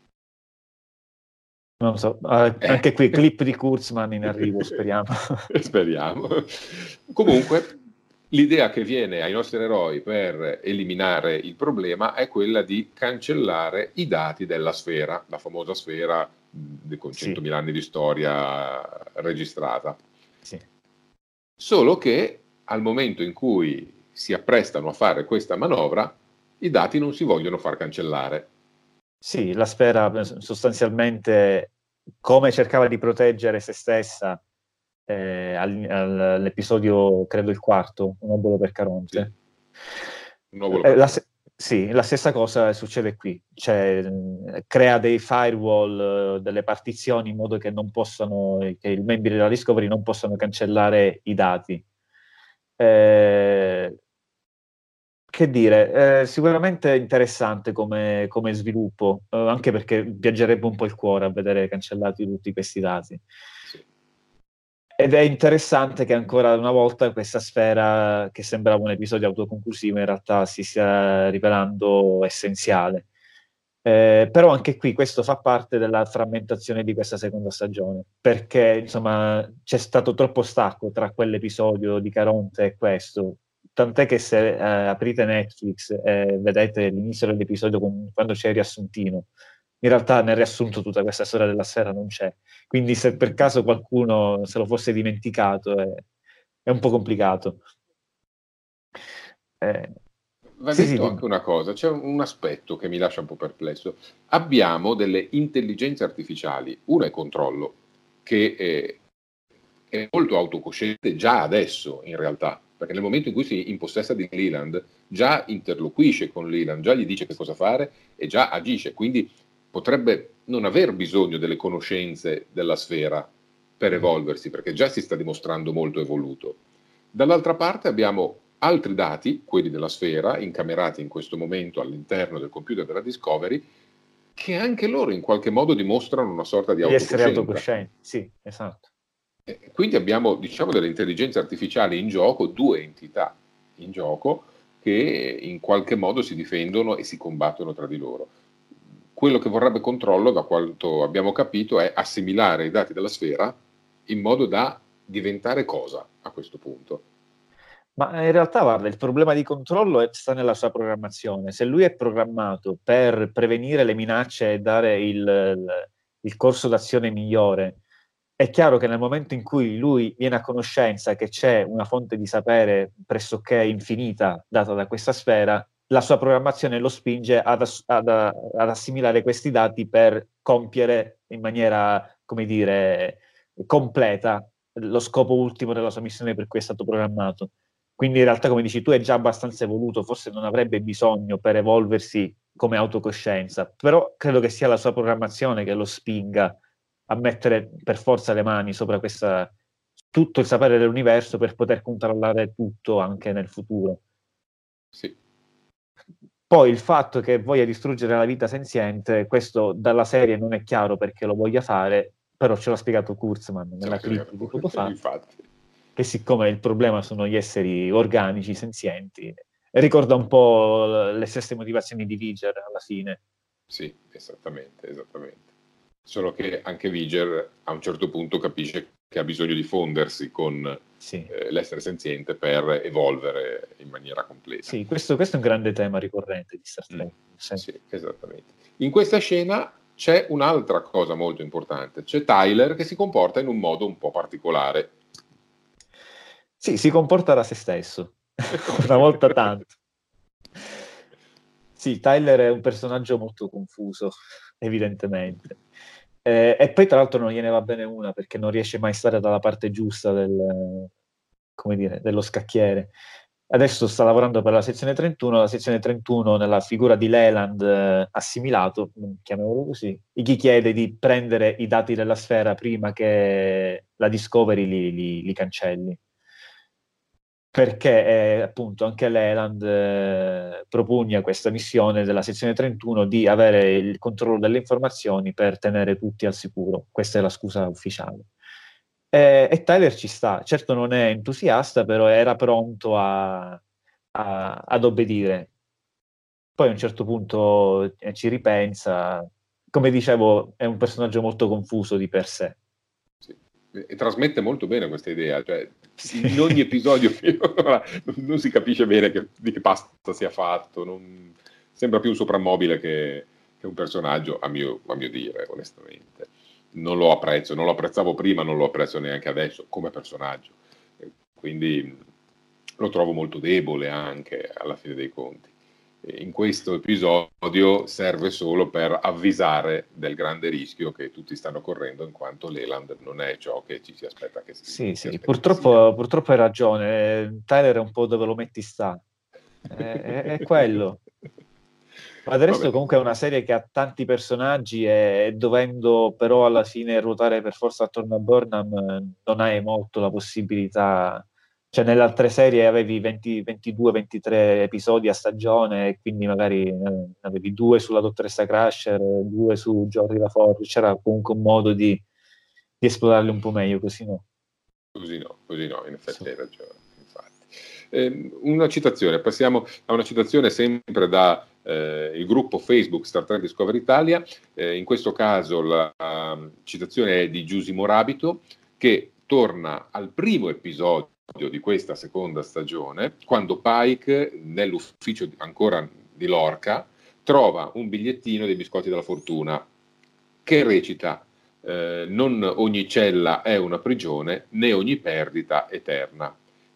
Non so, eh, Eh. anche qui clip di Kurtzman in arrivo, speriamo. Speriamo. Comunque, l'idea che viene ai nostri eroi per eliminare il problema è quella di cancellare i dati della sfera, la famosa sfera mh, con centomila Sì. anni di storia registrata. Sì. Solo che al momento in cui si apprestano a fare questa manovra, i dati non si vogliono far cancellare. Sì, la sfera sostanzialmente, come cercava di proteggere se stessa eh, all- all'episodio, credo il quarto, Un obolo per Caronte. Sì. Un obolo Eh, per la, Caronte. sì, la stessa cosa succede qui, cioè mh, crea dei firewall, eh, delle partizioni in modo che non possano, che i membri della Discovery non possano cancellare i dati. Eh, Che dire, eh, sicuramente interessante come, come sviluppo, eh, anche perché piangerebbe un po' il cuore a vedere cancellati tutti questi dati. Sì. Ed è interessante che ancora una volta questa sfera, che sembrava un episodio autoconclusivo, in realtà si stia rivelando essenziale. Eh, però anche qui questo fa parte della frammentazione di questa seconda stagione, perché insomma c'è stato troppo stacco tra quell'episodio di Caronte e questo. Tant'è che se eh, aprite Netflix e vedete l'inizio dell'episodio con, quando c'è il riassuntino, in realtà nel riassunto tutta questa storia della sfera non c'è. Quindi se per caso qualcuno se lo fosse dimenticato è, è un po' complicato. Eh, Va sì, detto sì, anche una cosa, c'è un aspetto che mi lascia un po' perplesso. Abbiamo delle intelligenze artificiali, una è Controllo, che è, è molto autocosciente già adesso in realtà, perché nel momento in cui si impossessa di Leland già interloquisce con Leland, già gli dice che cosa fare e già agisce, quindi potrebbe non aver bisogno delle conoscenze della sfera per evolversi, perché già si sta dimostrando molto evoluto. Dall'altra parte abbiamo altri dati, quelli della sfera, incamerati in questo momento all'interno del computer della Discovery, che anche loro in qualche modo dimostrano una sorta di di essere autocoscienza. autocoscienti, sì, esatto. E quindi abbiamo, diciamo, delle intelligenze artificiali in gioco, due entità in gioco che in qualche modo si difendono e si combattono tra di loro. Quello che vorrebbe Controllo, da quanto abbiamo capito, è assimilare i dati della sfera in modo da diventare cosa a questo punto? Ma in realtà, guarda, il problema di Controllo è, sta nella sua programmazione. Se lui è programmato per prevenire le minacce e dare il, il, il corso d'azione migliore, è chiaro che nel momento in cui lui viene a conoscenza che c'è una fonte di sapere pressoché infinita data da questa sfera, la sua programmazione lo spinge ad, ass- ad, ad assimilare questi dati per compiere in maniera, come dire, completa lo scopo ultimo della sua missione per cui è stato programmato. Quindi in realtà, come dici tu, è già abbastanza evoluto, forse non avrebbe bisogno per evolversi come autocoscienza, però credo che sia la sua programmazione che lo spinga a mettere per forza le mani sopra questa, tutto il sapere dell'universo per poter controllare tutto anche nel futuro. Sì. Poi il fatto che voglia distruggere la vita senziente, questo dalla serie non è chiaro perché lo voglia fare, però ce l'ha spiegato Kurtzman nella clip di poco fa, infatti. che siccome il problema sono gli esseri organici senzienti, ricorda un po' le stesse motivazioni di Viger alla fine. Sì, esattamente, esattamente. Solo che anche Viger a un certo punto capisce che ha bisogno di fondersi con sì. eh, l'essere senziente per evolvere in maniera completa. Sì, questo, questo è un grande tema ricorrente di Star Trek. Mm. Sì. Sì, esattamente. In questa scena c'è un'altra cosa molto importante, c'è Tyler che si comporta in un modo un po' particolare. Sì, si comporta da se stesso, una volta tanto. Sì, Tyler è un personaggio molto confuso, evidentemente. Eh, e poi tra l'altro non gliene va bene una perché non riesce mai a stare dalla parte giusta del, come dire, dello scacchiere. Adesso sta lavorando per la sezione trentuno, la sezione trentuno nella figura di Leland eh, assimilato, chiamiamolo così, gli chiede di prendere i dati della sfera prima che la Discovery li, li, li cancelli. Perché eh, appunto anche Leland eh, propugna questa missione della sezione trentuno di avere il controllo delle informazioni per tenere tutti al sicuro. Questa è la scusa ufficiale. E, e Tyler ci sta, certo non è entusiasta, però era pronto a, a, ad obbedire. Poi a un certo punto eh, ci ripensa. Come dicevo, è un personaggio molto confuso di per sé. Sì. E trasmette molto bene questa idea, cioè in ogni episodio finora non si capisce bene che, di che pasta sia fatto, non, sembra più un soprammobile che, che un personaggio, a mio, a mio dire, onestamente. Non lo apprezzo, non lo apprezzavo prima, non lo apprezzo neanche adesso come personaggio, quindi lo trovo molto debole anche alla fine dei conti. In questo episodio serve solo per avvisare del grande rischio che tutti stanno correndo, in quanto Leland non è ciò che ci si aspetta che sia. Sì, sì, purtroppo, purtroppo hai ragione. Tyler è un po' dove lo metti sta. È, è, è quello. Ma del resto comunque è una serie che ha tanti personaggi e dovendo però alla fine ruotare per forza attorno a Burnham non hai molto la possibilità. Cioè nelle altre serie avevi venti, ventidue ventitré episodi a stagione e quindi magari eh, avevi due sulla dottoressa Crusher, due su Geordi LaForge, c'era comunque un modo di, di esplorarli un po' meglio, così no. Così no, così no, in effetti sì. Hai ragione. Infatti. Eh, una citazione, passiamo a una citazione sempre da eh, il gruppo Facebook Star Trek Discovery Italia, eh, in questo caso la uh, citazione è di Giusy Morabito che torna al primo episodio di questa seconda stagione, quando Pike, nell'ufficio ancora di Lorca, trova un bigliettino dei biscotti della fortuna che recita eh, non ogni cella è una prigione, né ogni perdita eterna.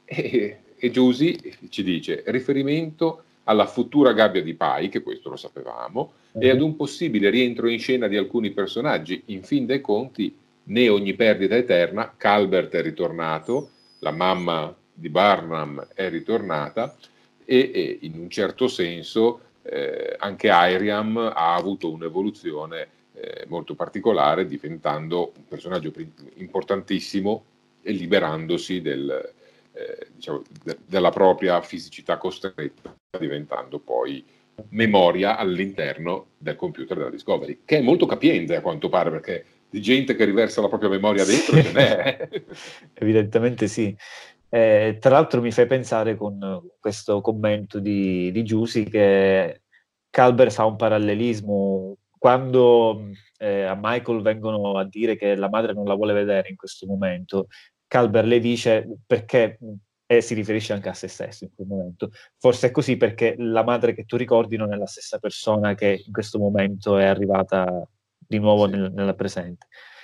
E, e Giusy ci dice riferimento alla futura gabbia di Pike, questo lo sapevamo, uh-huh. e ad un possibile rientro in scena di alcuni personaggi. In fin dei conti, né ogni perdita eterna, Calbert è ritornato, la mamma di Burnham è ritornata e, e in un certo senso eh, anche Airiam ha avuto un'evoluzione eh, molto particolare, diventando un personaggio importantissimo e liberandosi del, eh, diciamo, de- della propria fisicità costretta, diventando poi memoria all'interno del computer della Discovery, che è molto capiente a quanto pare, perché di gente che riversa la propria memoria dentro sì. ce n'è. Evidentemente sì. Eh, tra l'altro mi fai pensare con questo commento di, di Giusy che Calber fa un parallelismo quando eh, a Michael vengono a dire che la madre non la vuole vedere in questo momento. Calber le dice perché, e si riferisce anche a se stesso in quel momento, forse è così perché la madre che tu ricordi non è la stessa persona che in questo momento è arrivata di nuovo sì. nel, nella presente.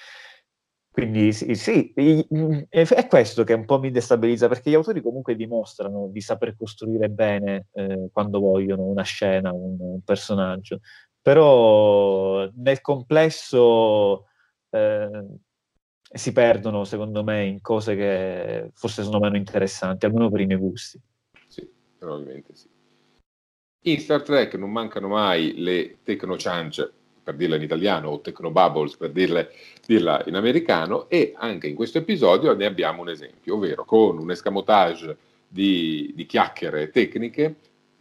Quindi sì, sì, è questo che un po' mi destabilizza, perché gli autori comunque dimostrano di saper costruire bene eh, quando vogliono una scena, un, un personaggio, però nel complesso eh, si perdono secondo me in cose che forse sono meno interessanti, almeno per i miei gusti. Sì, probabilmente sì. In Star Trek non mancano mai le tecnociance, per dirla in italiano, o technobubbles per dirle, dirla in americano, e anche in questo episodio ne abbiamo un esempio, ovvero con un escamotage di, di chiacchiere tecniche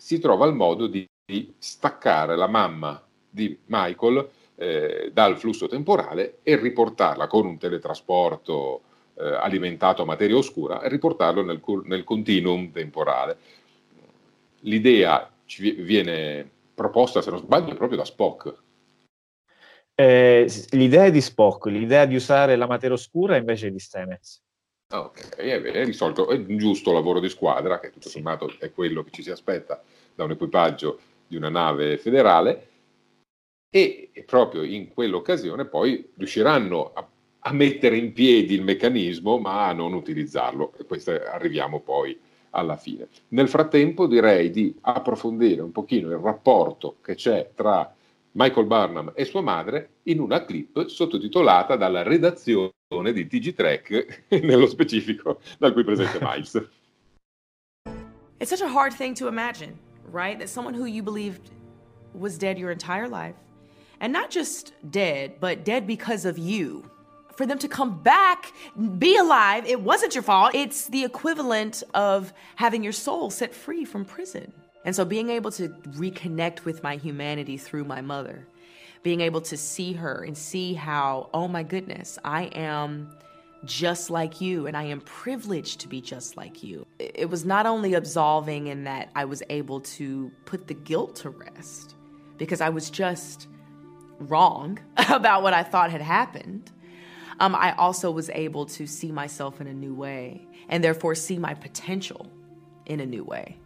si trova il modo di, di staccare la mamma di Michael eh, dal flusso temporale e riportarla con un teletrasporto eh, alimentato a materia oscura e riportarlo nel, nel continuum temporale. L'idea ci viene proposta, se non sbaglio, proprio da Spock. Eh, l'idea è di Spock, l'idea di usare la materia oscura invece è di Stamets. Ok, è, è risolto, è un giusto lavoro di squadra, che tutto sommato è quello che ci si aspetta da un equipaggio di una nave federale, e, e proprio in quell'occasione poi riusciranno a, a mettere in piedi il meccanismo, ma a non utilizzarlo, e questo arriviamo poi alla fine. Nel frattempo direi di approfondire un pochino il rapporto che c'è tra Michael Burnham e sua madre in una clip sottotitolata dalla redazione di T G Trek, nello specifico dal qui presente Miles. It's such a hard thing to imagine, right? That someone who you believed was dead your entire life, and not just dead, but dead because of you. For them to come back, be alive, it wasn't your fault. It's the equivalent of having your soul set free from prison. And so being able to reconnect with my humanity through my mother, being able to see her and see how, oh my goodness, I am just like you and I am privileged to be just like you. It was not only absolving in that I was able to put the guilt to rest because I was just wrong about what I thought had happened. Um, I also was able to see myself in a new way and therefore see my potential in a new way.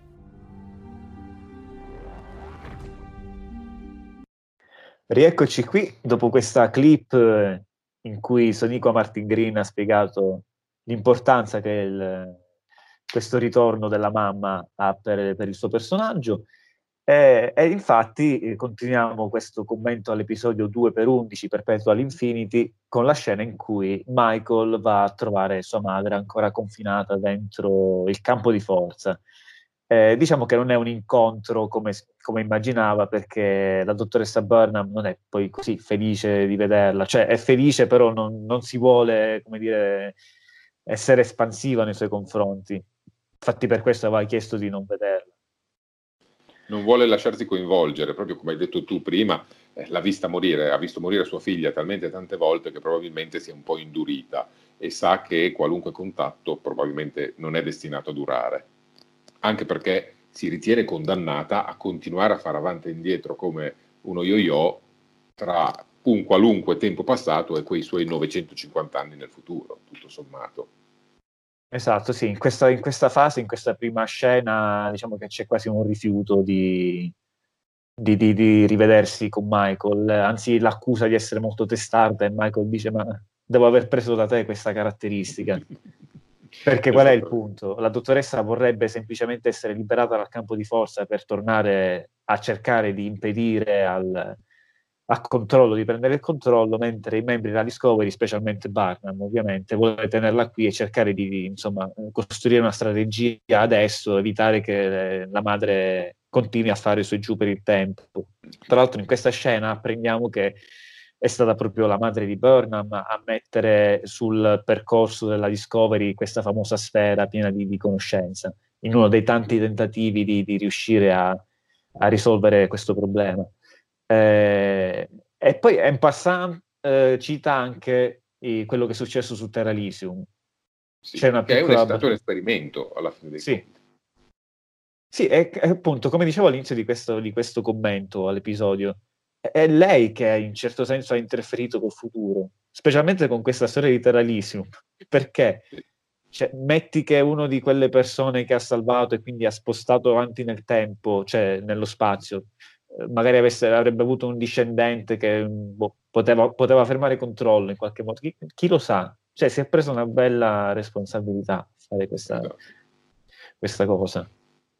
Rieccoci qui dopo questa clip in cui Sonequa Martin Green ha spiegato l'importanza che il, questo ritorno della mamma ha per, per il suo personaggio. E, e infatti continuiamo questo commento all'episodio due per undici, Perpetual Infinity, con la scena in cui Michael va a trovare sua madre ancora confinata dentro il campo di forza. Eh, diciamo che non è un incontro come, come immaginava, perché la dottoressa Burnham non è poi così felice di vederla, cioè è felice però non, non si vuole, come dire, essere espansiva nei suoi confronti. Infatti per questo aveva chiesto di non vederla. Non vuole lasciarsi coinvolgere, proprio come hai detto tu prima, eh, l'ha vista morire, ha visto morire sua figlia talmente tante volte che probabilmente si è un po' indurita e sa che qualunque contatto probabilmente non è destinato a durare, anche perché si ritiene condannata a continuare a fare avanti e indietro come uno yo-yo tra un qualunque tempo passato e quei suoi novecentocinquanta anni nel futuro, tutto sommato. Esatto, sì, in questa, in questa fase, in questa prima scena, diciamo che c'è quasi un rifiuto di, di, di, di rivedersi con Michael, anzi l'accusa di essere molto testarda e Michael dice ma devo aver preso da te questa caratteristica. Perché qual è il punto? La dottoressa vorrebbe semplicemente essere liberata dal campo di forza per tornare a cercare di impedire al, al controllo, di prendere il controllo, mentre i membri della Discovery, specialmente Burnham ovviamente, vuole tenerla qui e cercare di, insomma, costruire una strategia adesso, evitare che la madre continui a fare i suoi giù per il tempo. Tra l'altro in questa scena apprendiamo che è stata proprio la madre di Burnham a mettere sul percorso della Discovery questa famosa sfera piena di, di conoscenza, in uno dei tanti tentativi di, di riuscire a, a risolvere questo problema. Eh, e poi en passant eh, cita anche eh, quello che è successo su Terra Elysium. Sì, C'è una che piccola... è stato un esperimento alla fine dei sì. conti. Sì, è, è appunto, come dicevo all'inizio di questo, di questo commento all'episodio, è lei che in certo senso ha interferito col futuro, specialmente con questa storia di Terra Elysium. Perché? Cioè, metti che uno di quelle persone che ha salvato e quindi ha spostato avanti nel tempo, cioè nello spazio, eh, magari avesse, avrebbe avuto un discendente che boh, poteva, poteva fermare il controllo in qualche modo. Chi, chi lo sa? Cioè, si è preso una bella responsabilità fare questa, Esatto. questa cosa.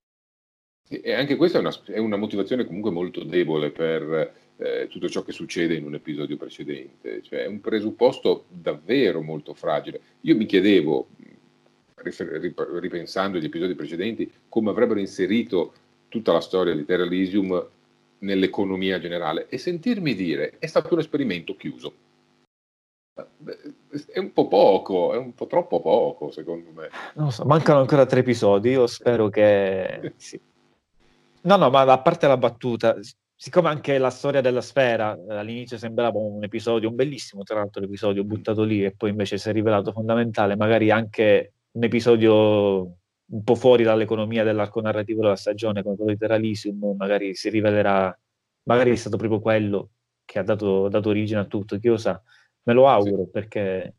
E anche questa è una, è una motivazione comunque molto debole per eh, tutto ciò che succede in un episodio precedente, cioè è un presupposto davvero molto fragile. Io mi chiedevo, ripensando agli episodi precedenti, come avrebbero inserito tutta la storia di Terra Elysium nell'economia generale, e sentirmi dire è stato un esperimento chiuso. È un po' poco, è un po' troppo poco secondo me. Non so, mancano ancora tre episodi, io spero che sì. No, no, ma a parte la battuta, siccome anche la storia della sfera eh, all'inizio sembrava un episodio, un bellissimo tra l'altro episodio buttato lì e poi invece si è rivelato fondamentale, magari anche un episodio un po' fuori dall'economia dell'arco narrativo della stagione, come quello di Terra Elysium, magari si rivelerà, magari è stato proprio quello che ha dato, dato origine a tutto, chi lo sa, me lo auguro, sì, perché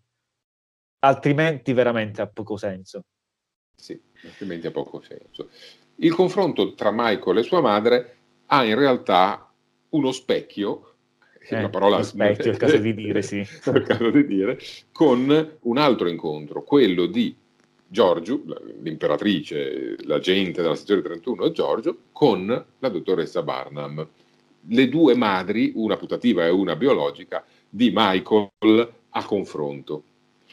altrimenti veramente ha poco senso. Sì, altrimenti ha poco senso. Il confronto tra Michael e sua madre ha in realtà uno specchio, eh, la parola lo specchio, è il caso di dire, sì. È il caso di dire, con un altro incontro, quello di Giorgio, l'imperatrice, l'agente della sezione trentuno, Giorgio, con la dottoressa Barnum. Le due madri, una putativa e una biologica, di Michael a confronto.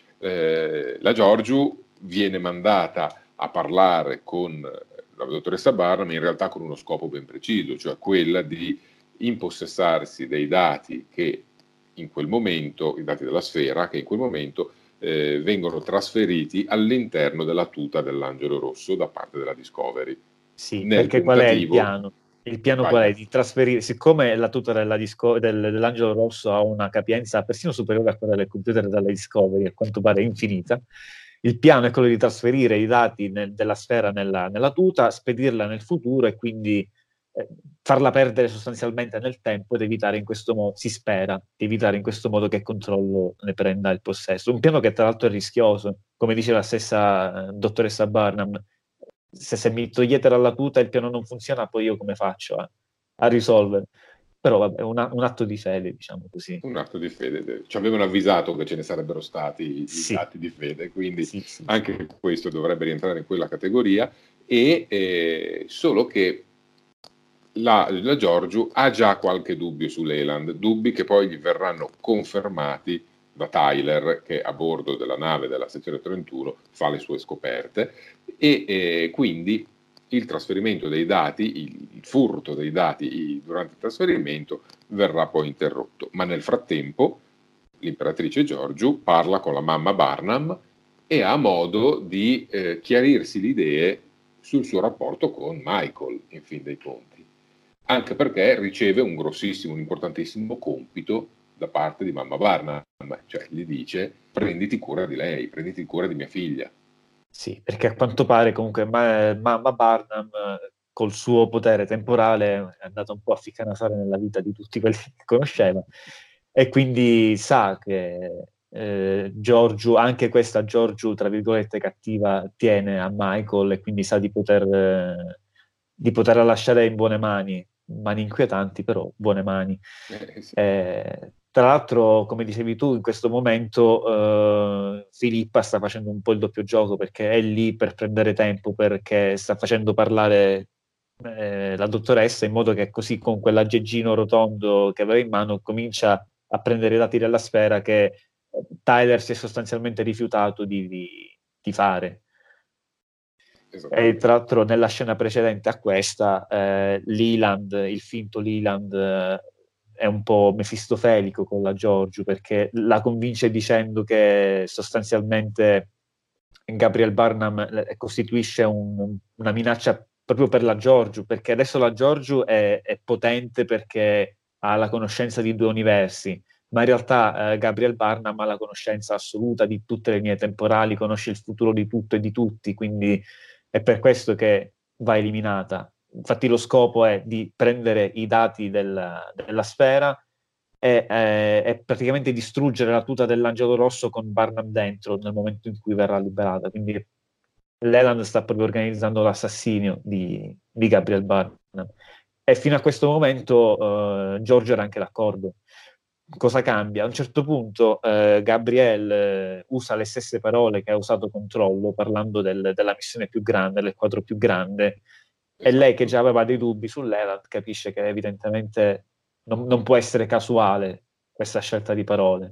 Eh, la Giorgio viene mandata a parlare con la dottoressa Barnum in realtà con uno scopo ben preciso, cioè quella di impossessarsi dei dati che in quel momento, i dati della sfera, che in quel momento eh, vengono trasferiti all'interno della tuta dell'Angelo Rosso da parte della Discovery. Sì, Nel perché tentativo... qual è il piano? Il piano Vai. qual è? Di trasferire, siccome la tuta della Disco- del, dell'Angelo Rosso ha una capienza persino superiore a quella del computer della Discovery, a quanto pare infinita, il piano è quello di trasferire i dati nel, della sfera nella, nella tuta, spedirla nel futuro e quindi eh, farla perdere sostanzialmente nel tempo ed evitare in questo modo, si spera, di evitare in questo modo che il controllo ne prenda il possesso. Un piano che tra l'altro è rischioso, come dice la stessa eh, dottoressa Barnum. Se, se mi togliete dalla tuta e il piano non funziona, poi io come faccio a, a risolvere? Però vabbè, è una, un atto di fede, diciamo così. Un atto di fede. Ci avevano avvisato che ce ne sarebbero stati sì. i atti di fede, quindi sì, sì, anche sì. questo dovrebbe rientrare in quella categoria, e eh, solo che la, la Giorgio ha già qualche dubbio su Leland, dubbi che poi gli verranno confermati da Tyler, che a bordo della nave della sezione trentuno fa le sue scoperte, e eh, quindi il trasferimento dei dati, il, il furto dei dati durante il trasferimento verrà poi interrotto. Ma nel frattempo l'imperatrice Giorgio parla con la mamma Barnum e ha modo di eh, chiarirsi le idee sul suo rapporto con Michael, in fin dei conti. Anche perché riceve un grossissimo, un importantissimo compito da parte di mamma Barnum, cioè gli dice: prenditi cura di lei, prenditi cura di mia figlia. Sì, perché a quanto pare comunque ma, mamma Barnum col suo potere temporale è andata un po' a ficcanasare nella vita di tutti quelli che conosceva e quindi sa che eh, Giorgio, anche questa Giorgio tra virgolette cattiva, tiene a Michael e quindi sa di poter eh, di poterla lasciare in buone mani, mani inquietanti però buone mani. Eh, sì. eh, Tra l'altro, come dicevi tu, in questo momento eh, Filippa sta facendo un po' il doppio gioco perché è lì per prendere tempo, perché sta facendo parlare eh, la dottoressa in modo che così con quell'aggeggino rotondo che aveva in mano comincia a prendere i dati della sfera che Tyler si è sostanzialmente rifiutato di, di, di fare. E tra l'altro nella scena precedente a questa eh, Leland, il finto Leland eh, è un po' mefistofelico con la Giorgio perché la convince dicendo che sostanzialmente Gabriel Barnum costituisce un, una minaccia proprio per la Giorgio, perché adesso la Giorgio è, è potente perché ha la conoscenza di due universi, ma in realtà eh, Gabriel Barnum ha la conoscenza assoluta di tutte le linee temporali, conosce il futuro di tutto e di tutti, quindi è per questo che va eliminata. Infatti lo scopo è di prendere i dati del, della sfera e, eh, e praticamente distruggere la tuta dell'Angelo Rosso con Barnum dentro nel momento in cui verrà liberata. Quindi Leland sta proprio organizzando l'assassinio di, di Gabriel Barnum. E fino a questo momento eh, Giorgio era anche d'accordo. Cosa cambia? A un certo punto eh, Gabriel eh, usa le stesse parole che ha usato Controllo parlando del, della missione più grande, del quadro più grande, e lei che già aveva dei dubbi su Leland capisce che evidentemente non, non può essere casuale questa scelta di parole.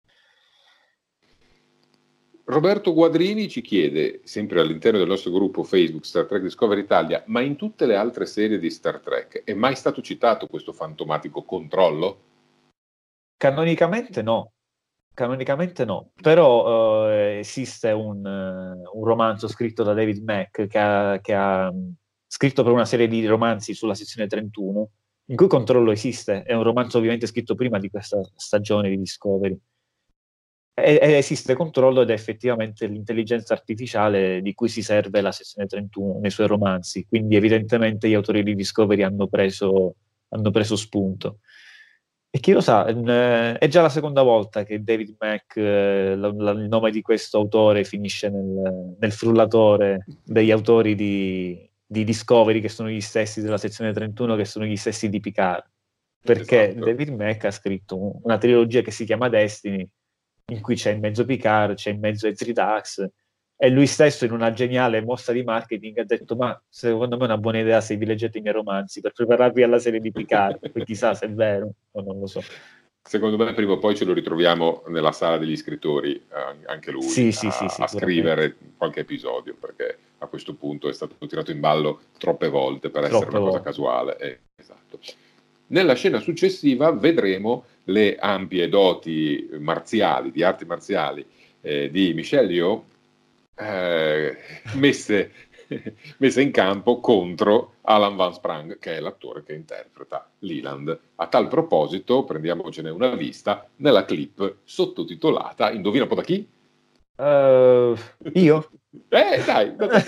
Roberto Guadrini ci chiede, sempre all'interno del nostro gruppo Facebook Star Trek Discovery Italia, ma in tutte le altre serie di Star Trek è mai stato citato questo fantomatico controllo? Canonicamente no, canonicamente no, però uh, esiste un, uh, un romanzo scritto da David Mack che ha, che ha scritto per una serie di romanzi sulla sezione trentuno, in cui Controllo esiste, è un romanzo ovviamente scritto prima di questa stagione di Discovery. E, e esiste Controllo ed è effettivamente l'intelligenza artificiale di cui si serve la sezione trentuno nei suoi romanzi, quindi evidentemente gli autori di Discovery hanno preso, hanno preso spunto. E chi lo sa, è già la seconda volta che David Mack, eh, la, la, il nome di questo autore finisce nel, nel frullatore degli autori di, di Discovery, che sono gli stessi della sezione trentuno, che sono gli stessi di Picard, perché esatto. David Mack ha scritto una trilogia che si chiama Destiny, in cui c'è in mezzo Picard, c'è in mezzo Ezri Dax, e lui stesso in una geniale mossa di marketing ha detto: ma secondo me è una buona idea se vi leggete i miei romanzi per prepararvi alla serie di Picard, poi chissà se è vero o non lo so. Secondo me prima o poi ce lo ritroviamo nella sala degli scrittori, eh, anche lui, sì, a, sì, sì, a scrivere qualche episodio, perché a questo punto è stato tirato in ballo troppe volte per essere troppe una volte. cosa casuale. Eh, esatto. Nella scena successiva vedremo le ampie doti marziali, di arti marziali, eh, di Michelle Yeoh, eh, messe, messe in campo contro Alan Van Sprang, che è l'attore che interpreta Leland. A tal proposito, prendiamocene una vista nella clip sottotitolata, indovina un po' da chi? Uh, io? eh, dai! dai.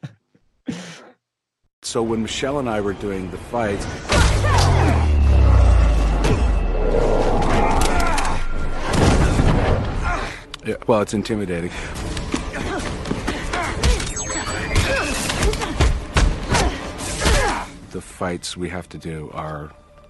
So when Michelle and I were doing the fight, yeah, well, it's intimidating. The fights we have to do are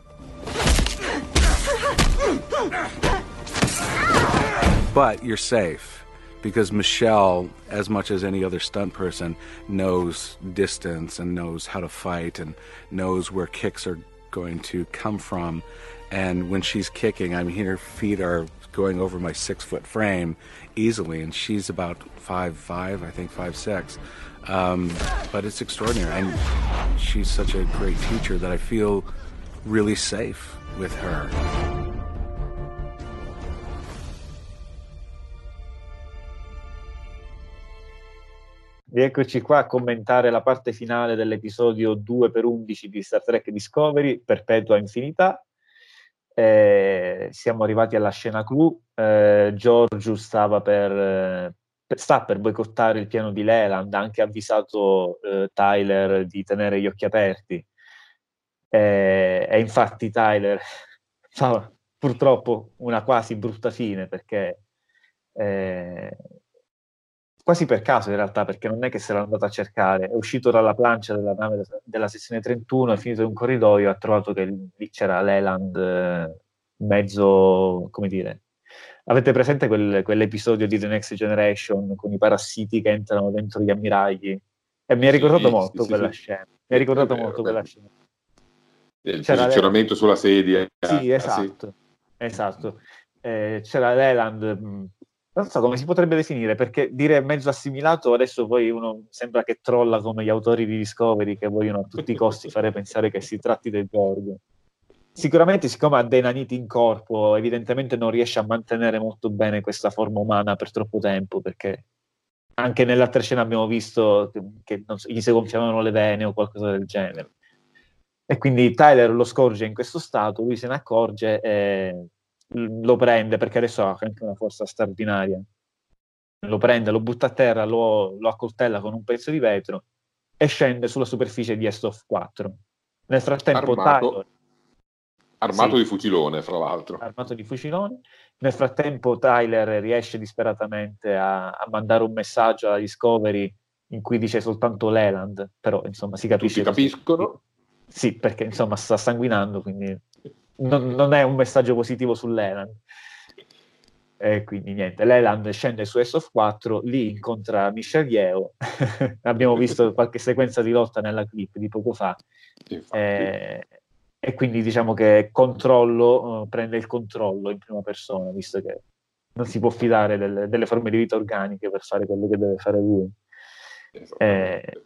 but you're safe because Michelle, as much as any other stunt person, knows distance and knows how to fight and knows where kicks are going to come from. And when she's kicking, I mean, her feet are going over my six-foot frame easily, and she's about five five, I think five six. Um, but it's extraordinary, and she's such a great teacher that I feel really safe with her. Rieccoci qua a commentare la parte finale dell'episodio due per undici di Star Trek Discovery, Perpetua Infinità. Eh, siamo arrivati alla scena clou. eh, Georgiou stava per, eh, per sta per boicottare il piano di Leland, ha anche avvisato eh, Tyler di tenere gli occhi aperti, eh, e infatti Tyler fa purtroppo una quasi brutta fine, perché eh, quasi per caso in realtà, perché non è che se l'è andata a cercare, è uscito dalla plancia della nave della sezione trentuno, è finito in un corridoio, ha trovato che lì c'era Leland eh, mezzo, come dire, avete presente quel, quell'episodio di The Next Generation con i parassiti che entrano dentro gli ammiragli? E mi ha ricordato sì, molto sì, quella sì, scena, mi ha ricordato vero, molto vero. quella scena. Il c'era posizionamento Leland sulla sedia. Sì, esatto, ah, sì. esatto. Eh, c'era Leland, mh, non so come si potrebbe definire, perché dire mezzo assimilato adesso poi uno sembra che trolla come gli autori di Discovery che vogliono a tutti i costi fare pensare che si tratti del Borg. Sicuramente, siccome ha dei naniti in corpo, evidentemente non riesce a mantenere molto bene questa forma umana per troppo tempo, perché anche nell'altra scena abbiamo visto che, che non so, gli si gonfiavano le vene o qualcosa del genere. E quindi Tyler lo scorge in questo stato, lui se ne accorge e lo prende, perché adesso ha anche una forza straordinaria. Lo prende, lo butta a terra, lo, lo accoltella con un pezzo di vetro e scende sulla superficie di Estov quattro. Nel frattempo armato, Tyler, armato sì, di fucilone, fra l'altro. Armato di fucilone. Nel frattempo Tyler riesce disperatamente a, a mandare un messaggio alla Discovery in cui dice soltanto Leland, però insomma si capisce. Tutti capiscono. Sì, perché insomma sta sanguinando, quindi non, non è un messaggio positivo su Leland. E quindi niente, Leland scende su S O F quattro, lì incontra Michelle Yeoh. Abbiamo visto qualche sequenza di lotta nella clip di poco fa. E, e quindi diciamo che controllo, uh, prende il controllo in prima persona, visto che non si può fidare del, delle forme di vita organiche per fare quello che deve fare lui. E,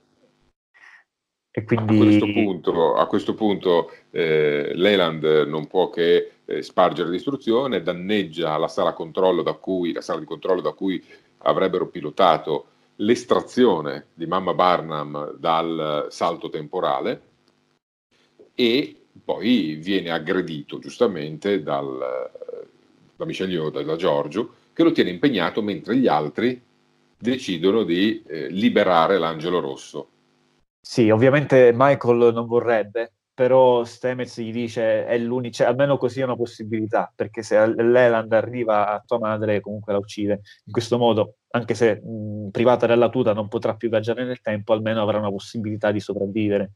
E quindi... A questo punto, a questo punto eh, Leland non può che eh, spargere distruzione, danneggia la sala controllo da cui, la sala di controllo da cui avrebbero pilotato l'estrazione di Mamma Barnum dal salto temporale e poi viene aggredito giustamente dal, da Michelle Yeoh, da Giorgio, che lo tiene impegnato mentre gli altri decidono di eh, liberare l'angelo rosso. Sì, ovviamente Michael non vorrebbe, però Stamets gli dice è l'unica, cioè, almeno così è una possibilità, perché se Leland arriva a tua madre comunque la uccide. In questo modo, anche se mh, privata della tuta non potrà più viaggiare nel tempo, almeno avrà una possibilità di sopravvivere.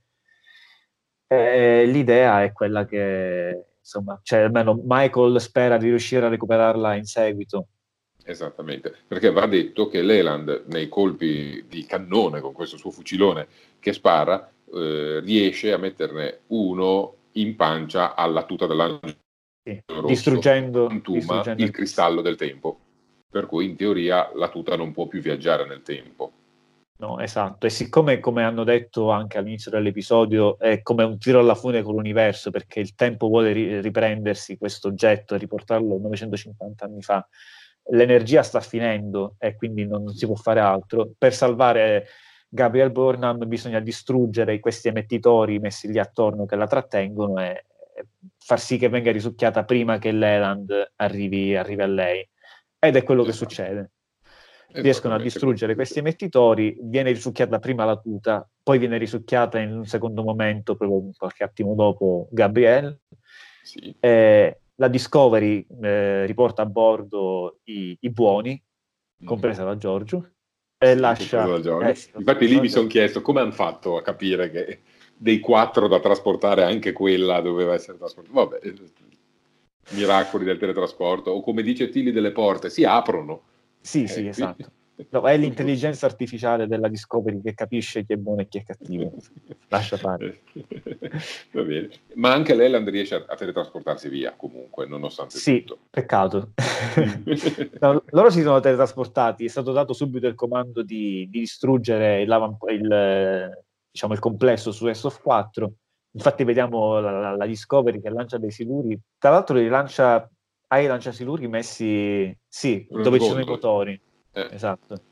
E l'idea è quella che, insomma, cioè almeno Michael spera di riuscire a recuperarla in seguito. Esattamente, perché va detto che Leland nei colpi di cannone con questo suo fucilone che spara eh, riesce a metterne uno in pancia alla tuta dell'angelo sì, rosso, distruggendo, quantuma distruggendo il cristallo del tempo, per cui in teoria la tuta non può più viaggiare nel tempo. No, esatto, e siccome, come hanno detto anche all'inizio dell'episodio, è come un tiro alla fune con l'universo, perché il tempo vuole ri- riprendersi questo oggetto e riportarlo novecentocinquanta anni fa, l'energia sta finendo e quindi non, non si può fare altro. Per salvare Gabriel Burnham bisogna distruggere questi emettitori messi lì attorno che la trattengono e, e far sì che venga risucchiata prima che Leland arrivi, arrivi a lei. Ed è quello che Esatto. succede. Riescono a distruggere questi emettitori, viene risucchiata prima la tuta, poi viene risucchiata in un secondo momento, proprio qualche attimo dopo, Gabrielle. Sì. Eh, la Discovery eh, riporta a bordo i, i buoni, compresa la Giorgio, e sì, lascia... Eh, sì, infatti lì mi sono chiesto come hanno fatto a capire che dei quattro da trasportare anche quella doveva essere trasportata. Vabbè, miracoli del teletrasporto, o come dice Tilly delle porte, si aprono. Sì, sì, esatto. No, è l'intelligenza artificiale della Discovery che capisce chi è buono e chi è cattivo. Lascia fare. Va bene. Ma anche Leland riesce a, a teletrasportarsi via, comunque, nonostante sì, tutto. Peccato. No, loro si sono teletrasportati, è stato dato subito il comando di, di distruggere il, il, diciamo, il complesso su S O F quattro. Infatti vediamo la, la, la Discovery che lancia dei siluri. Tra l'altro li lancia... hai i lanciasiluri messi, sì, Una dove ci sono i gondola. motori. Eh. Esatto.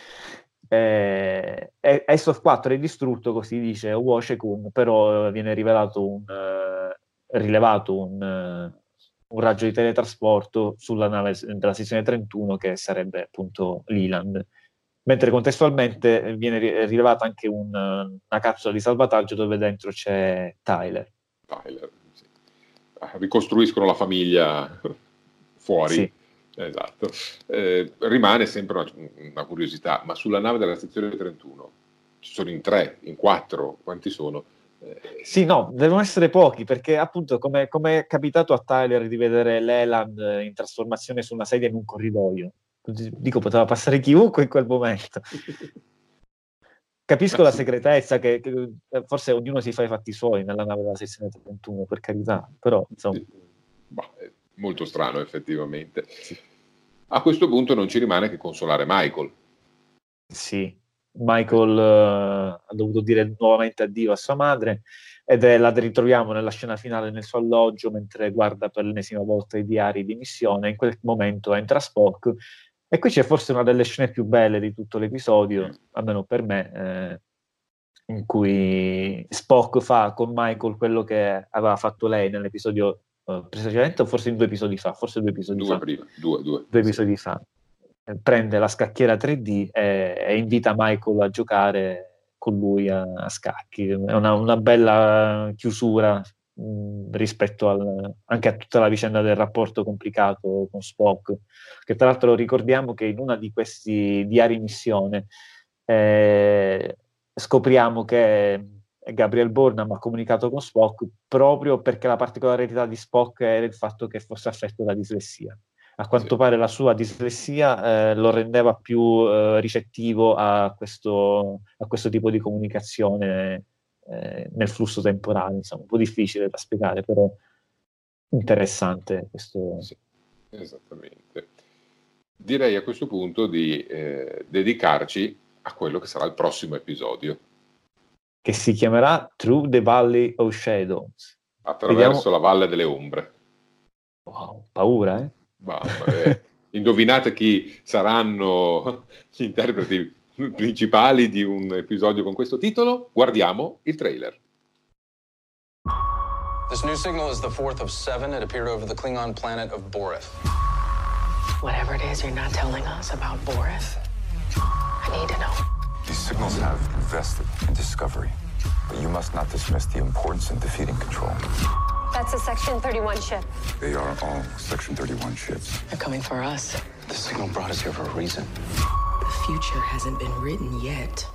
Eh, S O F quattro è distrutto, così dice Woshekun, però viene rivelato un, uh, rilevato un, uh, un raggio di teletrasporto sulla nave della sezione trentuno, che sarebbe appunto Leland. Mentre contestualmente viene ri- rilevata anche un, una capsula di salvataggio dove dentro c'è Tyler. Tyler, sì. Ricostruiscono la famiglia fuori. Sì. Esatto. Eh, rimane sempre una, una curiosità, ma sulla nave della sezione trentuno ci sono in tre, in quattro, quanti sono? Eh, sì, no, devono essere pochi, perché appunto come è capitato a Tyler di vedere Leland in trasformazione su una sedia in un corridoio, dico, poteva passare chiunque in quel momento. Capisco la segretezza, che, che forse ognuno si fa i fatti suoi nella nave della sezione trentuno, per carità, però insomma... Sì. Bah, è molto strano effettivamente. Sì. A questo punto non ci rimane che consolare Michael. Sì, Michael uh, ha dovuto dire nuovamente addio a sua madre ed è, la ritroviamo nella scena finale nel suo alloggio mentre guarda per l'ennesima volta i diari di missione. In quel momento entra Spock e qui c'è forse una delle scene più belle di tutto l'episodio, almeno per me, eh, in cui Spock fa con Michael quello che aveva fatto lei nell'episodio uh, precedente, o forse in due episodi fa, forse due episodi due fa. Prima, due, due. Due episodi fa. Prende la scacchiera tre D e, e invita Michael a giocare con lui a, a scacchi. È una, una bella chiusura mh, rispetto al, anche a tutta la vicenda del rapporto complicato con Spock, che tra l'altro ricordiamo che in una di questi diari missione eh, scopriamo che Gabriel Burnham ha comunicato con Spock proprio perché la particolarità di Spock era il fatto che fosse affetto da dislessia. A quanto sì. pare la sua dislessia eh, lo rendeva più eh, ricettivo a questo, a questo tipo di comunicazione eh, nel flusso temporale, insomma, un po' difficile da spiegare, però interessante questo. Sì, esattamente. Direi a questo punto di eh, dedicarci a quello che sarà il prossimo episodio, che si chiamerà Through the Valley of Shadows. Attraverso Vediamo... la Valle delle Ombre. Wow, paura, eh? Bah, eh, indovinate chi saranno gli interpreti principali di un episodio con questo titolo. Guardiamo il trailer. This new signal is the fourth of seven. It appeared over the Klingon planet of Boreth. Whatever it is you're not telling us about Boreth, I need to know. These signals have invested in Discovery, but you must not dismiss the importance in defeating Control. That's a Section thirty-one ship. They are all Section thirty-one ships. They're coming for us. The signal brought us here for a reason. The future hasn't been written yet.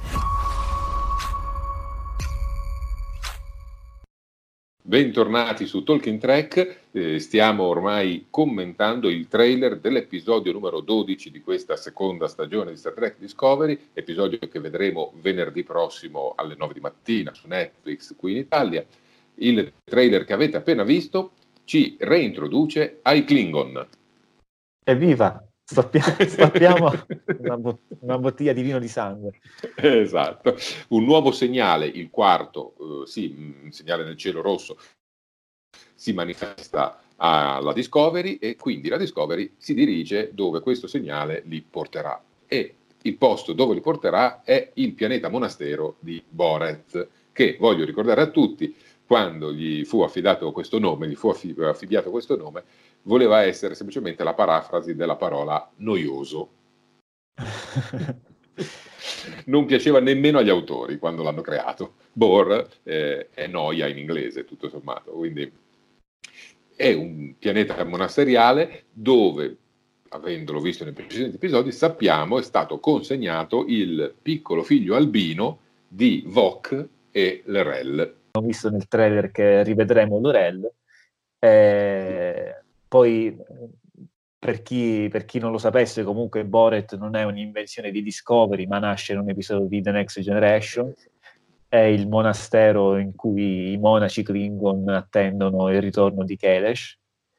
Bentornati su Talking Trek, eh, stiamo ormai commentando il trailer dell'episodio numero dodici di questa seconda stagione di Star Trek Discovery, episodio che vedremo venerdì prossimo alle nove di mattina su Netflix qui in Italia. Il trailer che avete appena visto ci reintroduce ai Klingon. Evviva! Stappiamo, stappiamo una, bot- una bottiglia di vino di sangue. Esatto, un nuovo segnale, il quarto, eh, sì, un segnale nel cielo rosso, si manifesta alla Discovery e quindi la Discovery si dirige dove questo segnale li porterà. E il posto dove li porterà è il pianeta monastero di Boreth, che, voglio ricordare a tutti, quando gli fu affidato questo nome, gli fu affibbiato questo nome, voleva essere semplicemente la parafrasi della parola noioso. Non piaceva nemmeno agli autori quando l'hanno creato. Bore eh, è noia in inglese, tutto sommato, quindi è un pianeta monasteriale dove, avendolo visto nei precedenti episodi, sappiamo è stato consegnato il piccolo figlio albino di Vok e L'Rell. Ho visto nel trailer che rivedremo L'Rell. Eh... Poi, per chi, per chi non lo sapesse, comunque Boreth non è un'invenzione di Discovery, ma nasce in un episodio di The Next Generation. È il monastero in cui i monaci Klingon attendono il ritorno di Kelesh.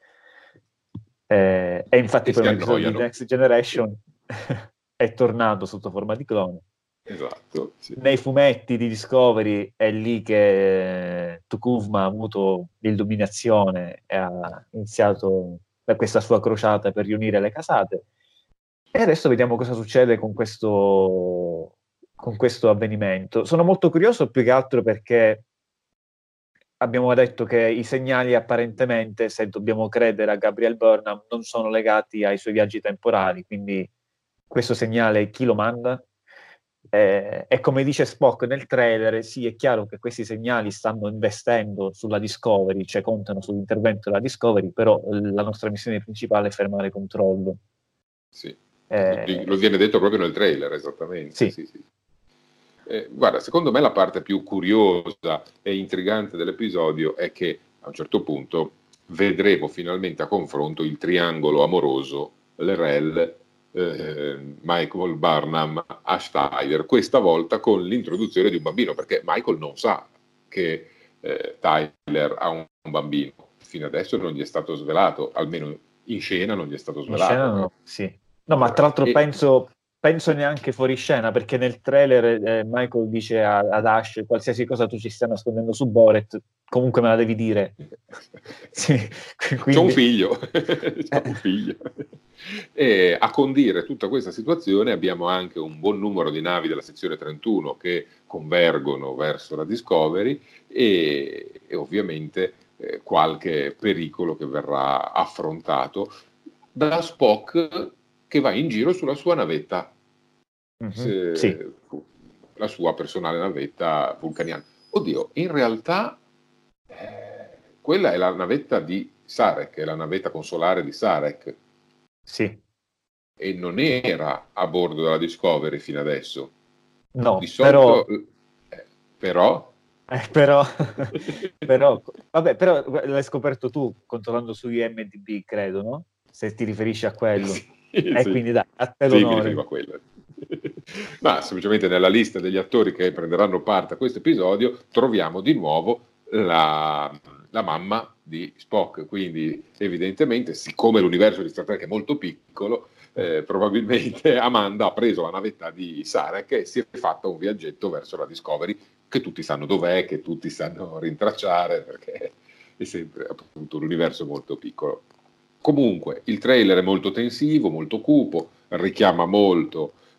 Eh, e infatti e poi l'episodio di The Next Generation è tornato sotto forma di clone. Esatto, sì. Nei fumetti di Discovery è lì che T'Kuvma ha avuto l'illuminazione e ha iniziato questa sua crociata per riunire le casate, e adesso vediamo cosa succede con questo, con questo avvenimento. Sono molto curioso più che altro perché abbiamo detto che i segnali apparentemente, se dobbiamo credere a Gabriel Burnham, non sono legati ai suoi viaggi temporali, quindi questo segnale chi lo manda? Eh, e come dice Spock nel trailer, sì, è chiaro che questi segnali stanno investendo sulla Discovery, cioè contano sull'intervento della Discovery, però la nostra missione principale è fermare Controllo. Sì, eh, lo viene detto proprio nel trailer, esattamente. Sì. Sì, sì. Eh, guarda, secondo me la parte più curiosa e intrigante dell'episodio è che a un certo punto vedremo finalmente a confronto il triangolo amoroso L'Rell, Eh, Michael Burnham, Ash Tyler, questa volta con l'introduzione di un bambino, perché Michael non sa che eh, Tyler ha un, un bambino, fino adesso non gli è stato svelato, almeno in scena non gli è stato svelato. In scena no, sì. No, ma tra l'altro e... penso, penso neanche fuori scena, perché nel trailer eh, Michael dice a, ad Ash: qualsiasi cosa tu ci stia nascondendo su Boreth, comunque me la devi dire. Sì, quindi... C'ho un figlio, c'ho un figlio. E a condire tutta questa situazione abbiamo anche un buon numero di navi della sezione trentuno che convergono verso la Discovery e, e ovviamente eh, qualche pericolo che verrà affrontato da Spock, che va in giro sulla sua navetta, mm-hmm, se, sì. la sua personale navetta vulcaniana. Oddio, in realtà eh, quella è la navetta di Sarek, è la navetta consolare di Sarek. Sì. E non era a bordo della Discovery fino adesso. No, di solito, però... Eh, però... Eh, però, però, vabbè, però l'hai scoperto tu controllando su I M D B, credo, no? Se ti riferisci a quello. Sì, eh, sì. Quindi dai, a te sì, l'onore. mi riferivo a quello. Ma semplicemente nella lista degli attori che prenderanno parte a questo episodio troviamo di nuovo la, la mamma di Spock, quindi evidentemente, siccome l'universo di Star Trek è molto piccolo, eh, probabilmente Amanda ha preso la navetta di Sarek e si è fatta un viaggetto verso la Discovery, che tutti sanno dov'è, che tutti sanno rintracciare, perché è sempre appunto l'universo molto piccolo. Comunque il trailer è molto tensivo, molto cupo, richiama molto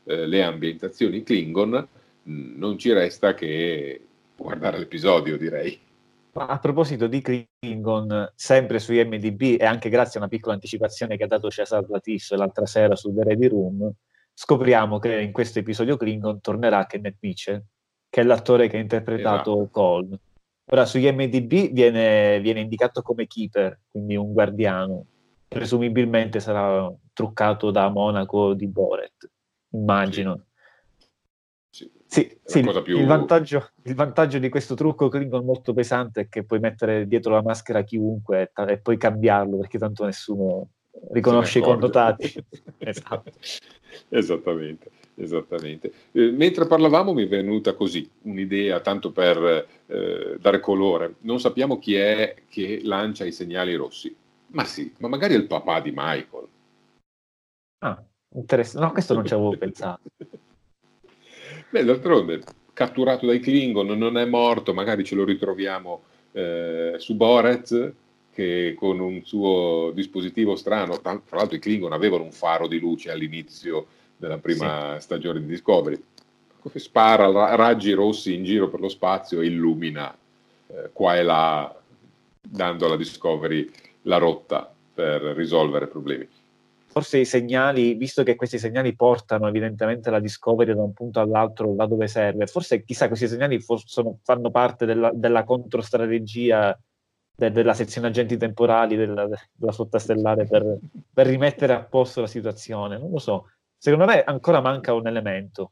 eh, le ambientazioni Klingon, mh, non ci resta che guardare l'episodio, direi. Ma a proposito di Klingon, sempre su I M D B e anche grazie a una piccola anticipazione che ha dato Cesar Latish l'altra sera su The Ready Room, scopriamo che in questo episodio Klingon tornerà Kenneth Mitchell, che è l'attore che ha interpretato esatto. Cole. Ora su I M D B viene, viene indicato come keeper, quindi un guardiano. Presumibilmente sarà truccato da Monaco di Boret, immagino. Sì, sì, sì cosa più... il, vantaggio, il vantaggio di questo trucco Klingon molto pesante è che puoi mettere dietro la maschera a chiunque e, e poi cambiarlo, perché tanto nessuno riconosce i connotati. Esatto. Esattamente, esattamente. Eh, mentre parlavamo mi è venuta così un'idea, tanto per eh, dare colore. Non sappiamo chi è che lancia i segnali rossi. Ma sì, ma magari è il papà di Michael. Ah, interessante. No, questo non ci avevo pensato. Beh, d'altronde, catturato dai Klingon, non è morto, magari ce lo ritroviamo eh, su Boret, che con un suo dispositivo strano, tra l'altro i Klingon avevano un faro di luce all'inizio della prima sì. stagione di Discovery, spara raggi rossi in giro per lo spazio e illumina eh, qua e là, dando alla Discovery la rotta per risolvere problemi. Forse i segnali, visto che questi segnali portano evidentemente la Discovery da un punto all'altro, là dove serve, forse chissà questi segnali for- sono, fanno parte della, della controstrategia de- della sezione agenti temporali della, della flotta stellare per, per rimettere a posto la situazione. Non lo so, secondo me ancora manca un elemento.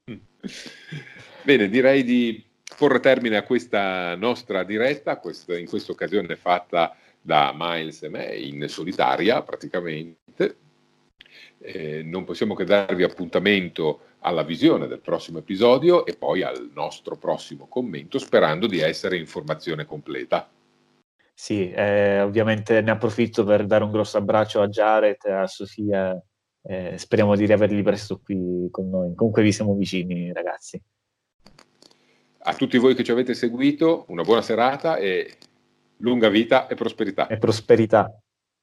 Bene, direi di porre termine a questa nostra diretta, questa, in questa occasione fatta da Miles e me in solitaria praticamente. Eh, non possiamo che darvi appuntamento alla visione del prossimo episodio e poi al nostro prossimo commento, sperando di essere informazione completa. Sì, eh, ovviamente ne approfitto per dare un grosso abbraccio a Jared e a Sofia, eh, speriamo di riaverli presto qui con noi. Comunque vi siamo vicini, ragazzi. A tutti voi che ci avete seguito, una buona serata e lunga vita e prosperità. E prosperità.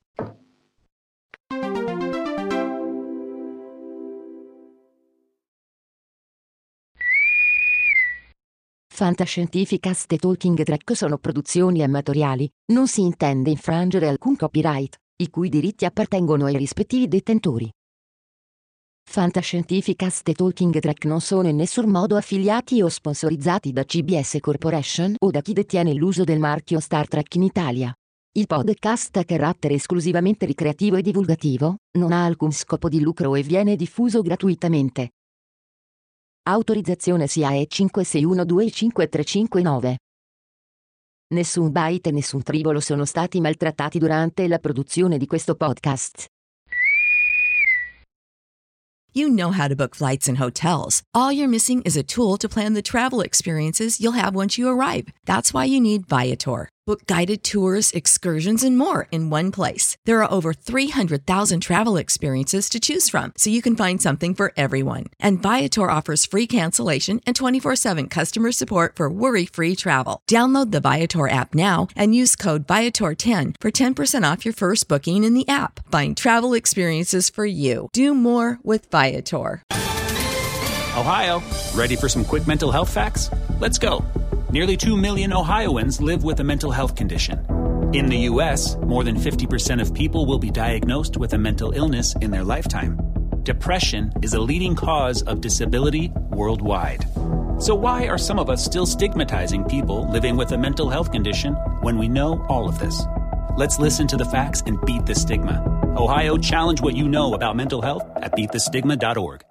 Fantascientificast e Talking Track sono produzioni amatoriali, non si intende infrangere alcun copyright, i cui diritti appartengono ai rispettivi detentori. Fantascientificast e Talking Track non sono in nessun modo affiliati o sponsorizzati da C B S Corporation o da chi detiene l'uso del marchio Star Trek in Italia. Il podcast ha carattere esclusivamente ricreativo e divulgativo, non ha alcun scopo di lucro e viene diffuso gratuitamente. Autorizzazione S I A E cinque sei uno due cinque tre cinque nove. Nessun byte e nessun tribolo sono stati maltrattati durante la produzione di questo podcast. You know how to book flights and hotels. All you're missing is a tool to plan the travel experiences you'll have once you arrive. That's why you need Viator. Book guided tours, excursions, and more in one place. There are over three hundred thousand travel experiences to choose from, so you can find something for everyone. And Viator offers free cancellation and twenty-four seven customer support for worry-free travel. Download the Viator app now and use code Viator ten for ten percent off your first booking in the app. Find travel experiences for you. Do more with Viator. Ohio, ready for some quick mental health facts? Let's go. Nearly two million Ohioans live with a mental health condition. In the U S, more than fifty percent of people will be diagnosed with a mental illness in their lifetime. Depression is a leading cause of disability worldwide. So why are some of us still stigmatizing people living with a mental health condition when we know all of this? Let's listen to the facts and beat the stigma. Ohio, challenge what you know about mental health at beat the stigma dot org.